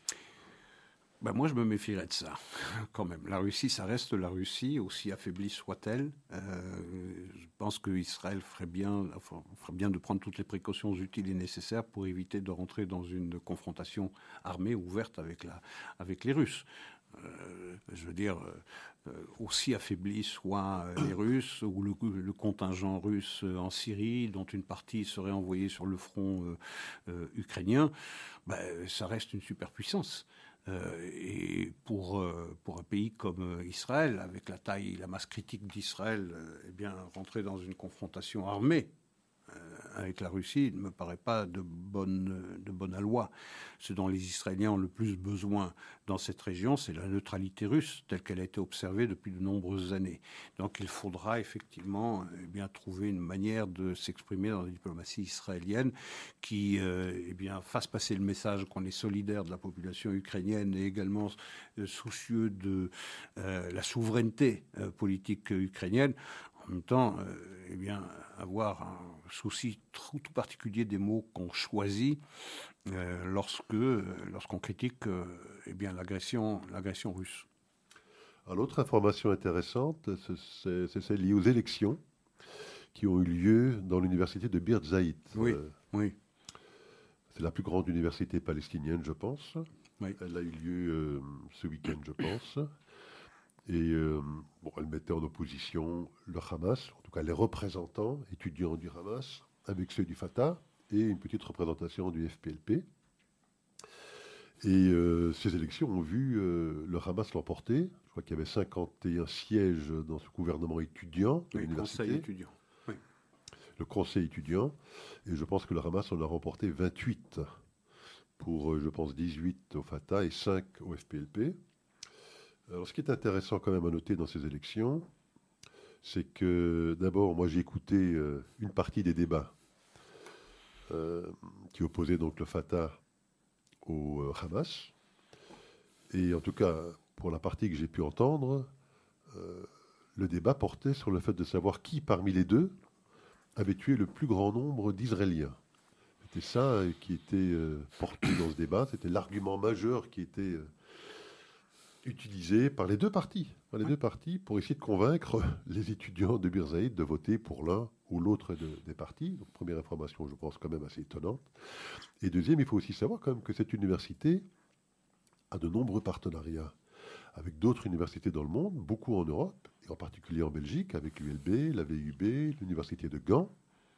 Ben moi, je me méfierais de ça, quand même. La Russie, ça reste la Russie, aussi affaiblie soit-elle. Euh, je pense qu'Israël ferait bien, enfin, ferait bien de prendre toutes les précautions utiles et nécessaires pour éviter de rentrer dans une confrontation armée ouverte avec, la, avec les Russes. Euh, je veux dire, euh, aussi affaiblis soient les Russes ou le, le contingent russe en Syrie, dont une partie serait envoyée sur le front euh, euh, ukrainien, ben, ça reste une superpuissance. Euh, et pour, euh, pour un pays comme euh, Israël, avec la taille et la masse critique d'Israël, euh, eh bien, rentrer dans une confrontation armée euh, avec la Russie ne me paraît pas de bonne, de bonne aloi. Ce dont les Israéliens ont le plus besoin dans cette région, c'est la neutralité russe, telle qu'elle a été observée depuis de nombreuses années. Donc il faudra effectivement eh bien, trouver une manière de s'exprimer dans la diplomatie israélienne qui euh, eh bien, fasse passer le message qu'on est solidaire de la population ukrainienne et également euh, soucieux de euh, la souveraineté euh, politique ukrainienne. En même temps, euh, eh bien, avoir un souci tout, tout particulier des mots qu'on choisit euh, lorsque, euh, lorsqu'on critique euh, eh bien, l'agression, l'agression russe. L'autre information intéressante, c'est, c'est celle liée aux élections qui ont eu lieu dans l'université de Bir Zayit. Oui, euh, oui. C'est la plus grande université palestinienne, je pense. Oui. Elle a eu lieu euh, ce week-end, je pense. Et euh, bon, elle mettait en opposition le Hamas, en tout cas les représentants étudiants du Hamas, avec ceux du Fatah, et une petite représentation du F P L P. Et euh, ces élections ont vu euh, le Hamas l'emporter. Je crois qu'il y avait cinquante et un sièges dans ce gouvernement étudiant de oui, l'université. Conseil étudiant. Oui. Le conseil étudiant. Et je pense que le Hamas en a remporté vingt-huit pour, je pense, dix-huit au Fatah et cinq au F P L P. Alors, ce qui est intéressant quand même à noter dans ces élections, c'est que d'abord, moi j'ai écouté euh, une partie des débats euh, qui opposaient donc le Fatah au euh, Hamas. Et en tout cas, pour la partie que j'ai pu entendre, euh, le débat portait sur le fait de savoir qui parmi les deux avait tué le plus grand nombre d'Israéliens. C'était ça qui était euh, porté dans ce débat, c'était l'argument majeur qui était euh, utilisé par les deux partis, par les deux partis pour essayer de convaincre les étudiants de Bir Zayit de voter pour l'un ou l'autre de, des partis. Donc, première information, je pense, quand même assez étonnante. Et deuxième, il faut aussi savoir quand même que cette université a de nombreux partenariats avec d'autres universités dans le monde, beaucoup en Europe, et en particulier en Belgique, avec l'U L B, la V U B, l'université de Gand,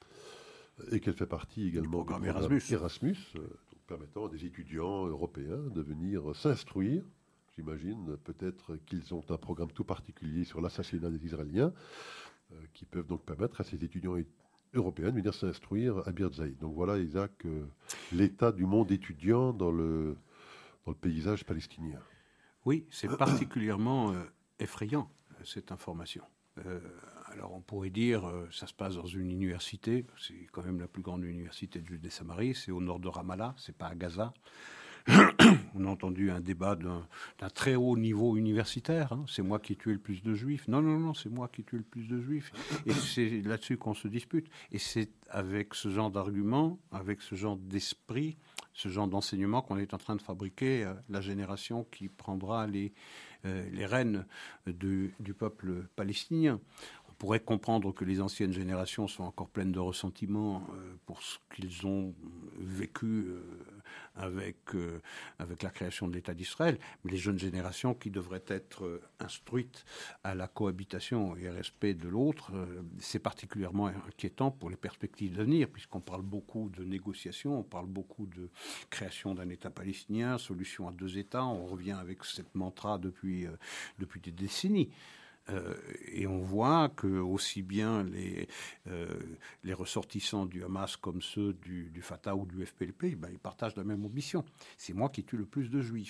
et qu'elle fait partie également du programme Erasmus, Erasmus euh, donc permettant à des étudiants européens de venir s'instruire. J'imagine peut-être qu'ils ont un programme tout particulier sur l'assassinat des Israéliens, euh, qui peuvent donc permettre à ces étudiants européens de venir s'instruire à Bir Zayit. Donc voilà, Isaac, euh, l'état du monde étudiant dans le, dans le paysage palestinien. Oui, c'est particulièrement euh, effrayant, cette information. Euh, alors on pourrait dire, euh, ça se passe dans une université, c'est quand même la plus grande université de Judée-Samarie, c'est au nord de Ramallah, c'est pas à Gaza. On a entendu un débat d'un, d'un très haut niveau universitaire. Hein. C'est moi qui ai tué le plus de juifs. Non, non, non, c'est moi qui ai tué le plus de juifs. Et c'est là-dessus qu'on se dispute. Et c'est avec ce genre d'arguments, avec ce genre d'esprit, ce genre d'enseignement qu'on est en train de fabriquer euh, la génération qui prendra les, euh, les rênes de, du peuple palestinien. On pourrait comprendre que les anciennes générations sont encore pleines de ressentiment euh, pour ce qu'ils ont vécu euh, avec, euh, avec la création de l'État d'Israël, mais les jeunes générations qui devraient être euh, instruites à la cohabitation et au respect de l'autre, euh, c'est particulièrement inquiétant pour les perspectives d'avenir, puisqu'on parle beaucoup de négociations, on parle beaucoup de création d'un État palestinien, solution à deux États, on revient avec cette mantra depuis, euh, depuis des décennies. Euh, et on voit que aussi bien les, euh, les ressortissants du Hamas comme ceux du, du Fatah ou du F P L P, ben, ils partagent la même ambition. C'est moi qui tue le plus de juifs.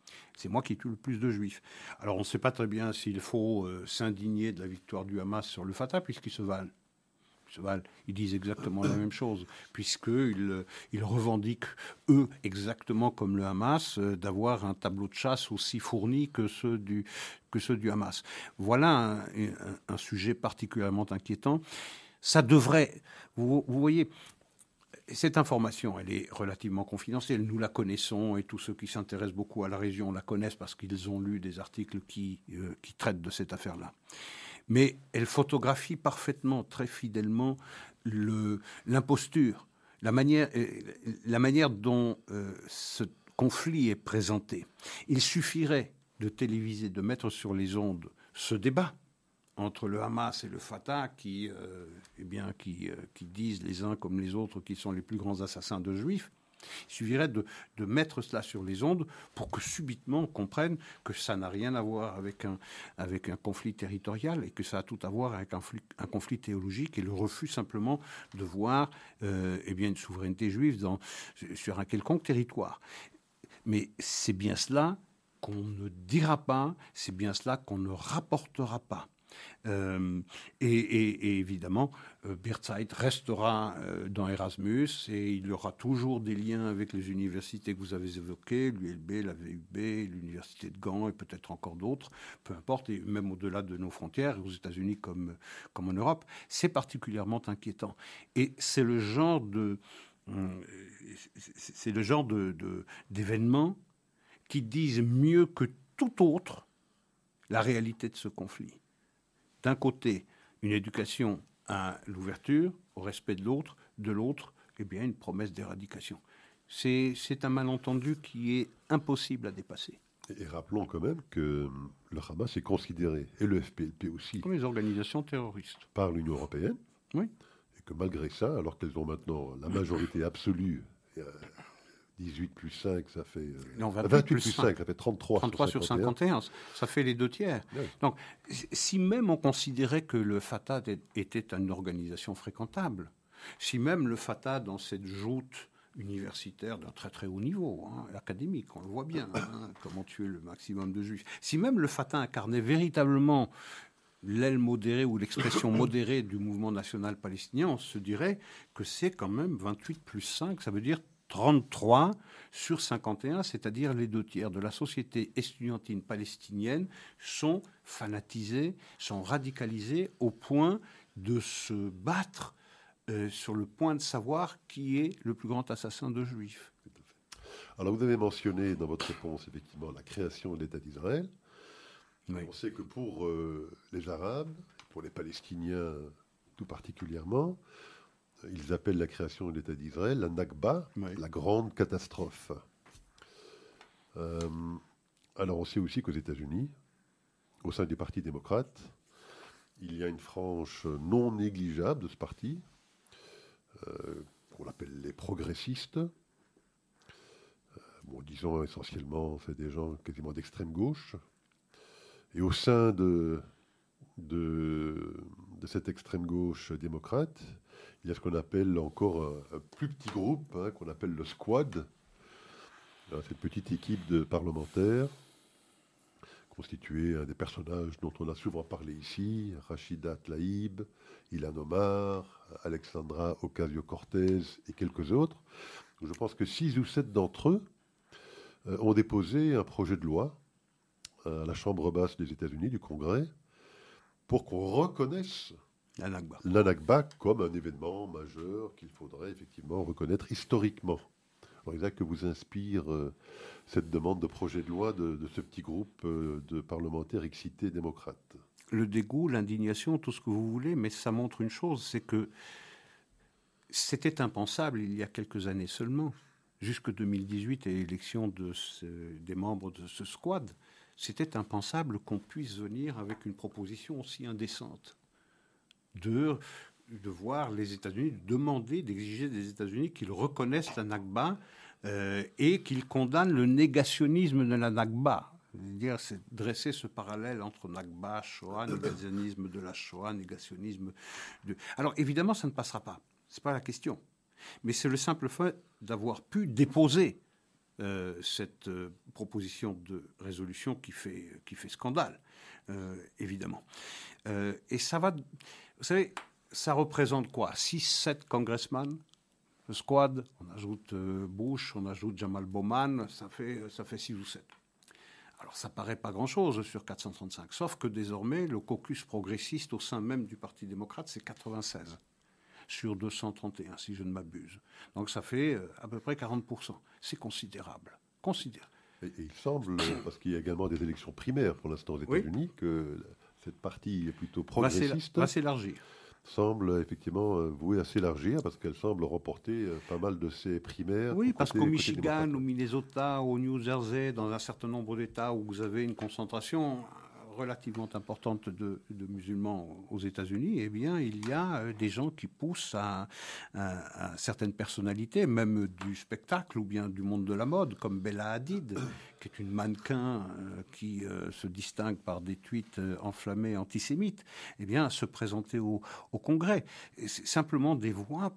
C'est moi qui tue le plus de juifs. Alors on ne sait pas très bien s'il faut euh, s'indigner de la victoire du Hamas sur le Fatah, puisqu'ils se valent. Ils se valent. Ils disent exactement la même chose, puisqu'ils ils revendiquent, eux, exactement comme le Hamas, euh, d'avoir un tableau de chasse aussi fourni que ceux du, que ceux du Hamas. Voilà un, un, un sujet particulièrement inquiétant. Ça devrait... Vous, vous voyez... Cette information, elle est relativement confidentielle. Nous la connaissons et tous ceux qui s'intéressent beaucoup à la région la connaissent parce qu'ils ont lu des articles qui, euh, qui traitent de cette affaire-là. Mais elle photographie parfaitement, très fidèlement, le, l'imposture, la manière, la manière dont euh, ce conflit est présenté. Il suffirait de téléviser, de mettre sur les ondes ce débat entre le Hamas et le Fatah, qui, euh, eh bien, qui, euh, qui disent les uns comme les autres qu'ils sont les plus grands assassins de juifs. Il suffirait de, de mettre cela sur les ondes pour que subitement on comprenne que ça n'a rien à voir avec un, avec un conflit territorial et que ça a tout à voir avec un, un conflit théologique et le refus simplement de voir euh, eh bien, une souveraineté juive dans, sur un quelconque territoire. Mais c'est bien cela qu'on ne dira pas, c'est bien cela qu'on ne rapportera pas. Euh, et, et, et évidemment, euh, Birdzeit restera euh, dans Erasmus et il y aura toujours des liens avec les universités que vous avez évoquées, l'U L B, la V U B, l'Université de Gand et peut-être encore d'autres, peu importe, et même au-delà de nos frontières, aux États-Unis comme, comme en Europe. C'est particulièrement inquiétant. Et c'est le genre de, c'est le genre de, de, d'événements qui disent mieux que tout autre la réalité de ce conflit. D'un côté, une éducation à l'ouverture, au respect de l'autre, de l'autre, eh bien, une promesse d'éradication. C'est, c'est un malentendu qui est impossible à dépasser. Et rappelons quand même que le Hamas est considéré, et le F P L P aussi, comme les organisations terroristes, par l'Union européenne. Oui. Et que malgré ça, alors qu'elles ont maintenant la majorité absolue, euh, dix-huit plus cinq, ça fait... Euh, non, vingt-huit, vingt-huit plus plus cinq, cinq, ça fait trente-trois, trente-trois sur cinquante et un. Ça fait les deux tiers. Oui. Donc, si même on considérait que le Fatah était une organisation fréquentable, si même le Fatah, dans cette joute universitaire d'un très très haut niveau, hein, académique, on le voit bien, hein, comment tuer le maximum de juifs, si même le Fatah incarnait véritablement l'aile modérée ou l'expression modérée du mouvement national palestinien, on se dirait que c'est quand même vingt-huit plus cinq, ça veut dire trente-trois sur cinquante et un, c'est-à-dire les deux tiers de la société estudiantine palestinienne sont fanatisés, sont radicalisés au point de se battre euh, sur le point de savoir qui est le plus grand assassin de juifs. Alors vous avez mentionné dans votre réponse effectivement la création de l'État d'Israël. Oui. On sait que pour euh, les Arabes, pour les Palestiniens tout particulièrement, ils appellent la création de l'État d'Israël la Nakba, oui. la grande catastrophe. Euh, alors on sait aussi qu'aux États-Unis, au sein des partis démocrates, il y a une frange non négligeable de ce parti, euh, qu'on appelle les progressistes. Euh, bon, disons essentiellement, c'est des gens quasiment d'extrême gauche. Et au sein de, de, de cette extrême gauche démocrate, il y a ce qu'on appelle encore un, un plus petit groupe, hein, qu'on appelle le Squad. Alors, cette petite équipe de parlementaires, constituée hein, des personnages dont on a souvent parlé ici, Rachida Tlaib, Ilhan Omar, Alexandra Ocasio-Cortez et quelques autres. Je pense que six ou sept d'entre eux euh, ont déposé un projet de loi à la Chambre basse des États-Unis, du Congrès, pour qu'on reconnaisse la Nakba. la Nakba comme un événement majeur qu'il faudrait effectivement reconnaître historiquement. Alors, exact que vous inspire euh, cette demande de projet de loi de, de ce petit groupe euh, de parlementaires excités démocrates? Le dégoût, l'indignation, tout ce que vous voulez, mais ça montre une chose, c'est que c'était impensable il y a quelques années seulement, jusque deux mille dix-huit et l'élection de ce, des membres de ce squad. C'était impensable qu'on puisse venir avec une proposition aussi indécente de, de voir les États-Unis, de demander, d'exiger des États-Unis qu'ils reconnaissent la Nakba euh, et qu'ils condamnent le négationnisme de la Nakba. C'est-à-dire, c'est dresser ce parallèle entre Nakba, Shoah, négationnisme de la Shoah, négationnisme de... Alors, évidemment, ça ne passera pas. Ce n'est pas la question. Mais c'est le simple fait d'avoir pu déposer euh, cette euh, proposition de résolution qui fait, qui fait scandale, euh, évidemment. Euh, et ça va... Vous savez, ça représente quoi? six sept congressmen? Le squad, on ajoute euh, Bush, on ajoute Jamal Bowman, ça fait, ça fait six ou sept. Alors, ça paraît pas grand-chose sur quatre cent trente-cinq, sauf que désormais, le caucus progressiste au sein même du Parti démocrate, c'est quatre-vingt-seize sur deux cent trente et un, si je ne m'abuse. Donc, ça fait euh, à peu près quarante pour cent. C'est considérable. Considérable. Et, et il semble, parce qu'il y a également des élections primaires pour l'instant aux États-Unis, oui, que cette partie plutôt progressiste va s'élargir. Semble effectivement euh, vouée à s'élargir parce qu'elle semble remporter euh, pas mal de ses primaires. Oui, parce qu'au Michigan, au Minnesota, au New Jersey, dans un certain nombre d'États où vous avez une concentration relativement importante de, de musulmans aux États-Unis, eh bien, il y a des gens qui poussent à, à, à certaines personnalités, même du spectacle ou bien du monde de la mode, comme Bella Hadid, qui est une mannequin euh, qui euh, se distingue par des tweets euh, enflammés antisémites, eh bien, à se présenter au, au Congrès. Et c'est simplement des voix...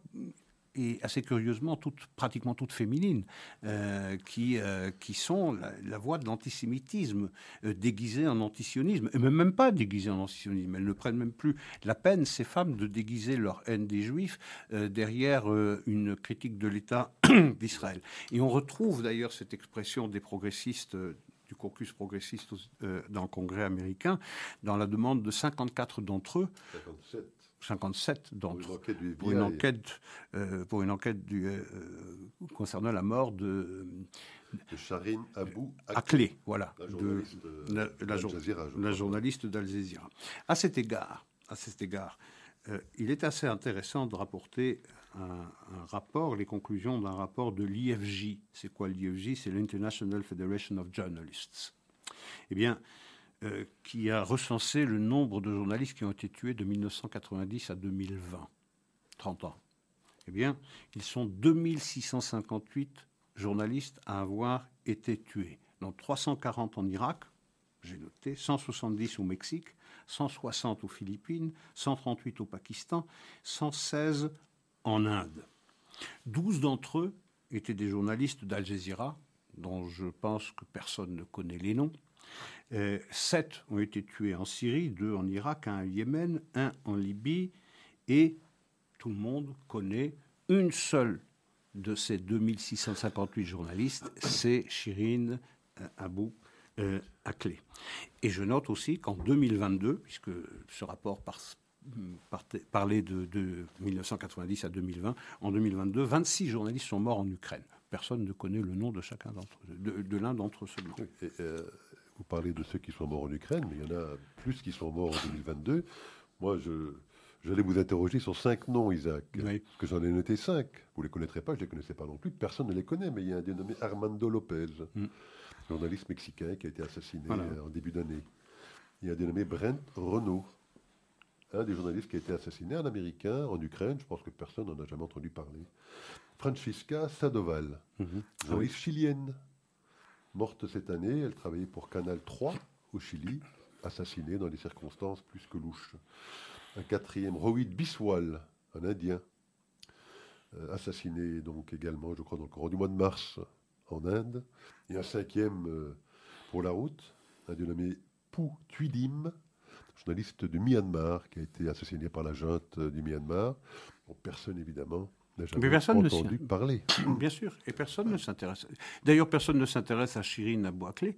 et assez curieusement, toutes, pratiquement toutes féminines, euh, qui, euh, qui sont la, la voix de l'antisémitisme euh, déguisée en antisionisme, et même, même pas déguisée en antisionisme. Elles ne prennent même plus la peine, ces femmes, de déguiser leur haine des Juifs euh, derrière euh, une critique de l'État d'Israël. Et on retrouve d'ailleurs cette expression des progressistes, euh, du caucus progressiste euh, dans le Congrès américain, dans la demande de cinquante-quatre d'entre eux. cinquante-sept. cinquante-sept d'entre eux, pour une enquête, euh, pour une enquête du, euh, concernant la mort de, de Shireen Abu Akleh, voilà, la journaliste de, la, la, Jazeera, la journaliste d'Al Jazeera. À cet égard, à cet égard euh, il est assez intéressant de rapporter un, un rapport, les conclusions d'un rapport de l'I F J. C'est quoi l'I F J? C'est l'International Federation of Journalists. Eh bien, Euh, qui a recensé le nombre de journalistes qui ont été tués de mille neuf cent quatre-vingt-dix à deux mille vingt, trente ans. Eh bien, ils sont deux mille six cent cinquante-huit journalistes à avoir été tués, dont trois cent quarante en Irak, j'ai noté, cent soixante-dix au Mexique, cent soixante aux Philippines, cent trente-huit au Pakistan, cent seize en Inde. douze d'entre eux étaient des journalistes d'Al Jazeera, dont je pense que personne ne connaît les noms. Euh, sept ont été tués en Syrie, deux en Irak, un au Yémen, un en Libye, et tout le monde connaît une seule de ces deux mille six cent cinquante-huit journalistes, c'est Shireen Abu euh, Akleh. Et je note aussi qu'en deux mille vingt-deux, puisque ce rapport par, par, parlait de, de mille neuf cent quatre-vingt-dix à deux mille vingt, en deux mille vingt-deux, vingt-six journalistes sont morts en Ukraine. Personne ne connaît le nom de chacun d'entre eux, de, de l'un d'entre eux seulement. Et, euh... Vous parlez de ceux qui sont morts en Ukraine, mais il y en a plus qui sont morts en deux mille vingt-deux. Moi, je, j'allais vous interroger sur cinq noms, Isaac, oui. que j'en ai noté cinq. Vous ne les connaîtrez pas, je ne les connaissais pas non plus. Personne ne les connaît, mais il y a un dénommé Armando Lopez, mm. journaliste mexicain qui a été assassiné voilà. en début d'année. Il y a un dénommé Brent Renaud, un des journalistes qui a été assassiné, un Américain, en Ukraine. Je pense que personne n'en a jamais entendu parler. Francisca Sadoval, mm-hmm. journaliste oui. chilienne. Morte cette année, elle travaillait pour Canal trois au Chili, assassinée dans des circonstances plus que louches. Un quatrième, Rohit Biswal, un Indien, euh, assassiné donc également, je crois, dans le courant du mois de mars en Inde. Et un cinquième euh, pour la route, un dénommé Pu Tuidim, journaliste du Myanmar, qui a été assassiné par la junte euh, du Myanmar. Bon, personne, évidemment, n'a jamais personne entendu ne parler. Bien sûr, et personne ne s'intéresse. D'ailleurs, personne ne s'intéresse à Shireen Abu Akleh.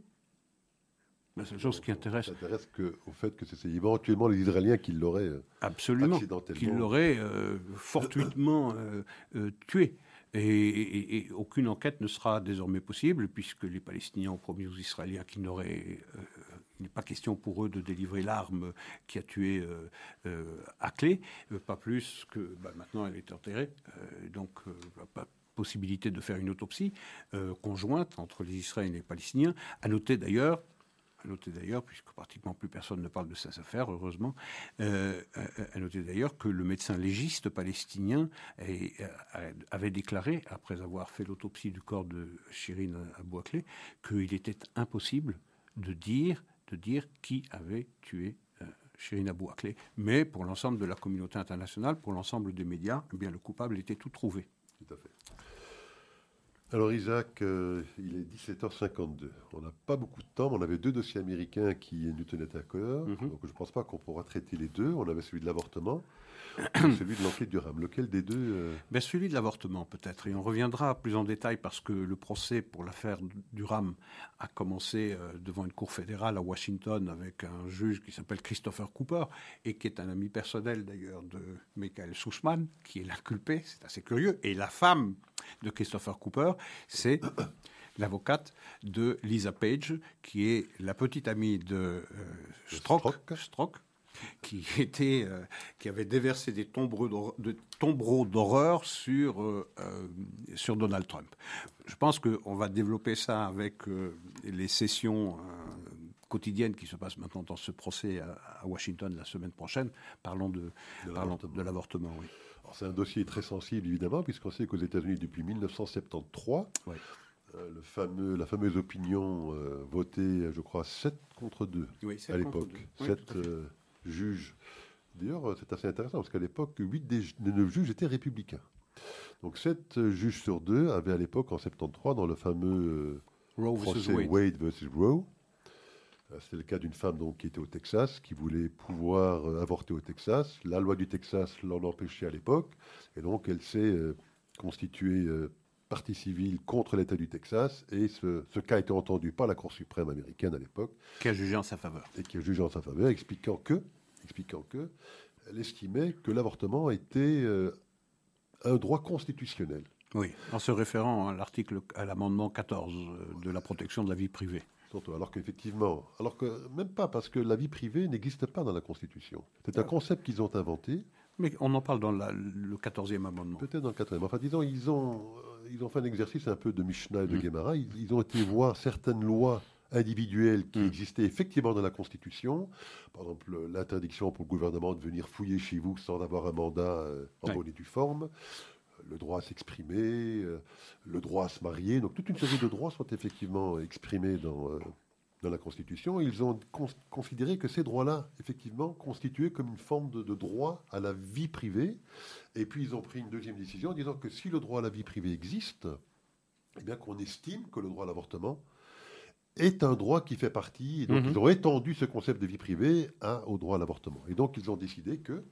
La seule chose qui intéresse. On s'intéresse que, au fait que c'est éventuellement les Israéliens qui l'auraient euh, absolument, accidentellement. qui l'auraient euh, fortuitement euh, euh, tué. Et, et, et aucune enquête ne sera désormais possible, puisque les Palestiniens ont promis aux Israéliens qu'il n'aurait, euh, il n'est pas question pour eux de délivrer l'arme qui a tué euh, euh, Akleh, euh, pas plus que bah, maintenant elle est enterrée, euh, donc euh, pas possibilité de faire une autopsie euh, conjointe entre les Israéliens et les Palestiniens. À noter d'ailleurs. À noter d'ailleurs, puisque pratiquement plus personne ne parle de ces affaires, heureusement, euh, à noter d'ailleurs que le médecin légiste palestinien est, avait déclaré, après avoir fait l'autopsie du corps de Shireen Abu Akleh, qu'il était impossible de dire, de dire qui avait tué euh, Shireen Abu Akleh. Mais pour l'ensemble de la communauté internationale, pour l'ensemble des médias, eh bien, le coupable était tout trouvé. Tout à fait. Alors Isaac, euh, il est dix-sept heures cinquante-deux. On n'a pas beaucoup de temps, mais on avait deux dossiers américains qui nous tenaient à cœur. Mhm. Donc je ne pense pas qu'on pourra traiter les deux. On avait celui de l'avortement et celui de l'enquête Durham. Lequel des deux euh, Ben, celui de l'avortement peut-être, et on reviendra plus en détail parce que le procès pour l'affaire Durham a commencé euh, devant une cour fédérale à Washington avec un juge qui s'appelle Christopher Cooper et qui est un ami personnel d'ailleurs de Michael Sussman, qui est l'inculpé, c'est assez curieux, et la femme de Christopher Cooper, c'est l'avocate de Lisa Page, qui est la petite amie de euh, Strzok, Strzok. Strzok, qui, était, euh, qui avait déversé des tombereaux d'horreur, de, tombereaux d'horreur sur, euh, euh, sur Donald Trump. Je pense qu'on va développer ça avec euh, les sessions euh, quotidiennes qui se passent maintenant dans ce procès à, à Washington la semaine prochaine. Parlons de, de parlons l'avortement. de l'avortement, oui. Alors, c'est un dossier très sensible, évidemment, puisqu'on sait qu'aux États-Unis, depuis mille neuf cent soixante-treize, Ouais. euh, le fameux, la fameuse opinion euh, votée, je crois, sept contre deux Oui, à l'époque. Oui, sept euh, juges. D'ailleurs, c'est assez intéressant, parce qu'à l'époque, huit des neuf juges étaient républicains. Donc sept juges sur deux avaient à l'époque, en soixante-treize, dans le fameux euh, Roe versus procès Wade. Wade versus Roe, euh, c'était le cas d'une femme donc, qui était au Texas, qui voulait pouvoir euh, avorter au Texas. La loi du Texas l'en empêchait à l'époque, et donc elle s'est euh, constituée euh, partie civile contre l'État du Texas, et ce, ce cas a été entendu par la Cour suprême américaine à l'époque, Qui a jugé en sa faveur. et qui a jugé en sa faveur, expliquant que, expliquant que elle estimait que l'avortement était euh, un droit constitutionnel. Oui, en se référant à l'article, à l'amendement quatorze de la protection de la vie privée. Surtout, alors qu'effectivement, alors que même pas, parce que la vie privée n'existe pas dans la Constitution. C'est un concept qu'ils ont inventé, Mais on en parle dans la- le quatorzième amendement. peut-être dans le quatrième. Enfin, disons, ils ont, euh, ils ont fait un exercice un peu de Mishnah et de Mm. Gemara. Ils, ils ont été voir certaines lois individuelles qui Mm. existaient effectivement dans la Constitution. Par exemple, l'interdiction pour le gouvernement de venir fouiller chez vous sans avoir un mandat euh, en Ouais. bonne et due forme. Le droit à s'exprimer, euh, le droit à se marier. Donc toute une série de droits sont effectivement exprimés dans, euh, dans la Constitution. Ils ont cons- considéré que ces droits-là, effectivement, constituaient comme une forme de, de droit à la vie privée. Et puis ils ont pris une deuxième décision en disant que si le droit à la vie privée existe, eh bien qu'on estime que le droit à l'avortement est un droit qui fait partie. Et donc Mhm. ils ont étendu ce concept de vie privée à- au droit à l'avortement. Et donc ils ont décidé que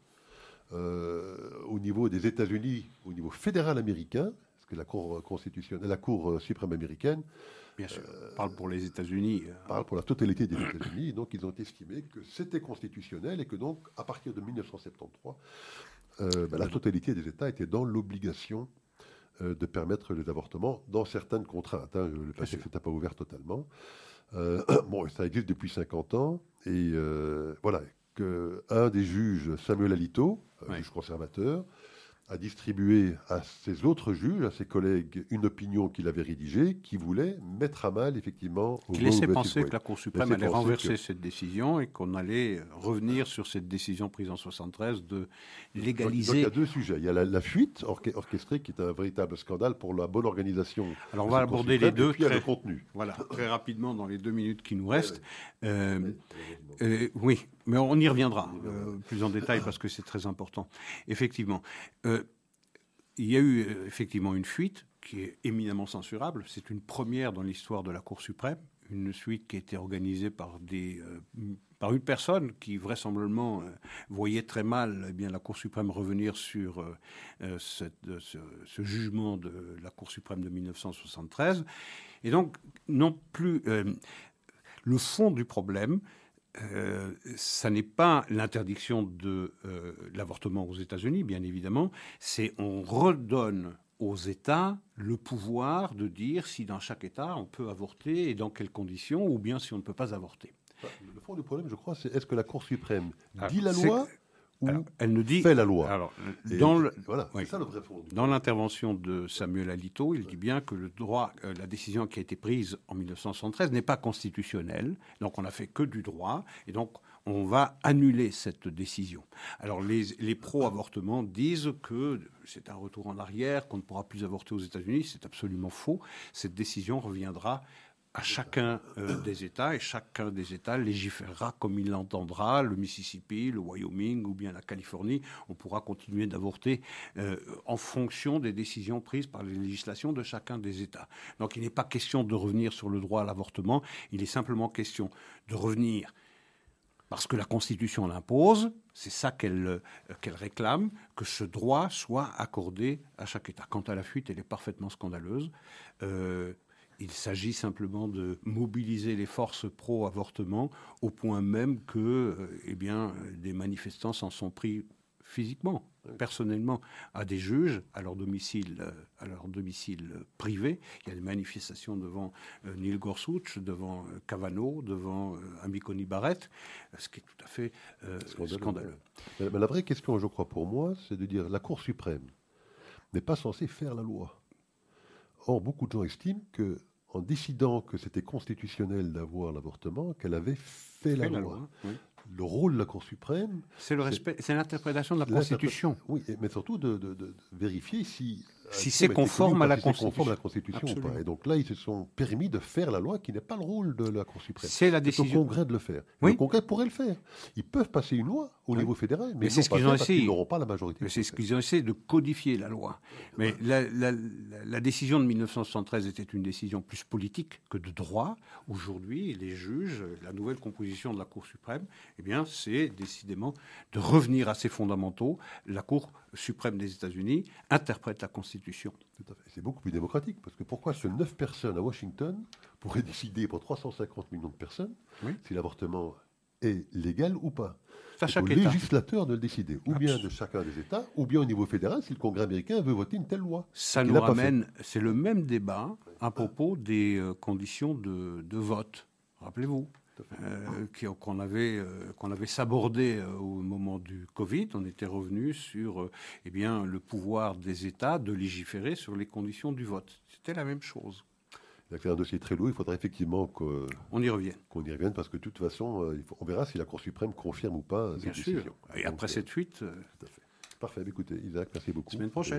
euh, au niveau des États-Unis, au niveau fédéral américain, parce que la Cour constitutionnelle, la Cour suprême américaine Bien sûr, on parle pour les États-Unis. euh, parle pour la totalité des États-Unis, et donc ils ont estimé que c'était constitutionnel et que donc à partir de mille neuf cent soixante-treize, euh, ben, la totalité des États était dans l'obligation euh, de permettre les avortements dans certaines contraintes. Hein. Le sûr. texte n'était pas ouvert totalement. Euh, bon, ça existe depuis cinquante ans, et euh, voilà que un des juges, Samuel Alito, Ouais. juge conservateur, a distribué à ses autres juges, à ses collègues, une opinion qu'il avait rédigée qui voulait mettre à mal, effectivement, qui Roe laissait versus penser Wade. que la Cour suprême Laissait allait penser renverser que- cette décision et qu'on allait revenir sur cette décision prise en soixante-treize de Donc, donc, légaliser. il y a deux sujets. Il y a la, la fuite orche- orchestrée, qui est un véritable scandale pour la bonne organisation. Alors on de va cette Cour aborder les suprême, deux et puis il y a très, le contenu. voilà, très rapidement dans les deux minutes qui nous restent. Euh, Oui, Euh, oui, mais on y reviendra euh, plus en détail parce que c'est très important. Effectivement, euh, il y a eu euh, effectivement une fuite qui est éminemment censurable. C'est une première dans l'histoire de la Cour suprême, une fuite qui a été organisée par des euh, par une personne qui vraisemblablement euh, voyait très mal eh bien la Cour suprême revenir sur euh, euh, cette, euh, ce, ce jugement de la Cour suprême de mille neuf cent soixante-treize. Et donc non plus euh, le fond du problème. Euh, ça n'est pas l'interdiction de euh, l'avortement aux États-Unis, bien évidemment, c'est on redonne aux États le pouvoir de dire si dans chaque État on peut avorter et dans quelles conditions, ou bien si on ne peut pas avorter. Enfin, le fond du problème, je crois, c'est est-ce que la Cour suprême Alors, dit la c'est- loi ou Alors, elle ne dit fait la loi Alors, Et dans le, Voilà, oui. c'est ça le vrai fond. du Dans l'intervention de Samuel Alito, il dit bien que le droit, euh, la décision qui a été prise en mille neuf cent soixante-treize n'est pas constitutionnelle, donc on n'a fait que du droit, et donc on va annuler cette décision. Alors les, les pro-avortements disent que c'est un retour en arrière, qu'on ne pourra plus avorter aux États-Unis, c'est absolument faux. Cette décision reviendra à chacun euh, des États, et chacun des États légiférera comme il l'entendra. Le Mississippi, le Wyoming ou bien la Californie, on pourra continuer d'avorter euh, en fonction des décisions prises par les législations de chacun des États. Donc il n'est pas question de revenir sur le droit à l'avortement, il est simplement question de revenir parce que la Constitution l'impose, c'est ça qu'elle euh, qu'elle réclame, que ce droit soit accordé à chaque État. Quant à la fuite, elle est parfaitement scandaleuse. Euh, Il s'agit simplement de mobiliser les forces pro-avortement au point même que euh, eh bien, des manifestants s'en sont pris physiquement, personnellement, à des juges, à leur domicile, euh, à leur domicile privé. Il y a des manifestations devant euh, Neil Gorsuch, devant euh, Kavanaugh, devant euh, Amy Coney Barrett, ce qui est tout à fait euh, scandaleux. scandaleux. Mais, mais la vraie question, je crois, pour moi, c'est de dire la Cour suprême n'est pas censée faire la loi. Or, beaucoup de gens estiment que en décidant que c'était constitutionnel d'avoir l'avortement, qu'elle avait fait, fait la, la loi. loi oui. Le rôle de la Cour suprême... C'est le respect, c'est l'interprétation de la Constitution. Oui, mais surtout de, de, de vérifier si... Si c'est conforme, à la si conforme à la Constitution ou pas. Et donc là, ils se sont permis de faire la loi qui n'est pas le rôle de la Cour suprême. C'est la décision. C'est au Congrès de le faire. Oui. Le Congrès pourrait le faire. Ils peuvent passer une loi au oui. niveau fédéral, mais, mais c'est ce qu'ils ont essayé. Ils n'auront pas la majorité. Mais c'est ce qu'ils ont essayé de codifier la loi. Mais la, la, la, la décision de mille neuf cent soixante-treize était une décision plus politique que de droit. Aujourd'hui, les juges, la nouvelle composition de la Cour suprême, eh bien, c'est décidément de revenir à ses fondamentaux. La Cour suprême des États-Unis interprète la Constitution. Tout à fait. C'est beaucoup plus démocratique, parce que pourquoi seules neuf personnes à Washington pourraient décider pour trois cent cinquante millions de personnes oui. si l'avortement est légal ou pas? C'est au législateur de le décider, ou bien de chacun des États, ou bien au niveau fédéral, si le Congrès américain veut voter une telle loi. Ça nous ramène, c'est le même débat à propos des euh, conditions de, de vote. Rappelez-vous. Euh, qu'on avait, euh, qu'on avait sabordé euh, au moment du Covid. On était revenu sur euh, eh bien, le pouvoir des États de légiférer sur les conditions du vote. C'était la même chose. C'est un dossier très lourd. Il faudra effectivement qu'on y revienne. Qu'on y revienne parce que de toute façon, euh, il faut, on verra si la Cour suprême confirme ou pas Bien cette sûr. décision. Et après Donc, cette fuite... Tout à fait. Parfait. Écoutez, Isaac, merci beaucoup. Semaine prochaine.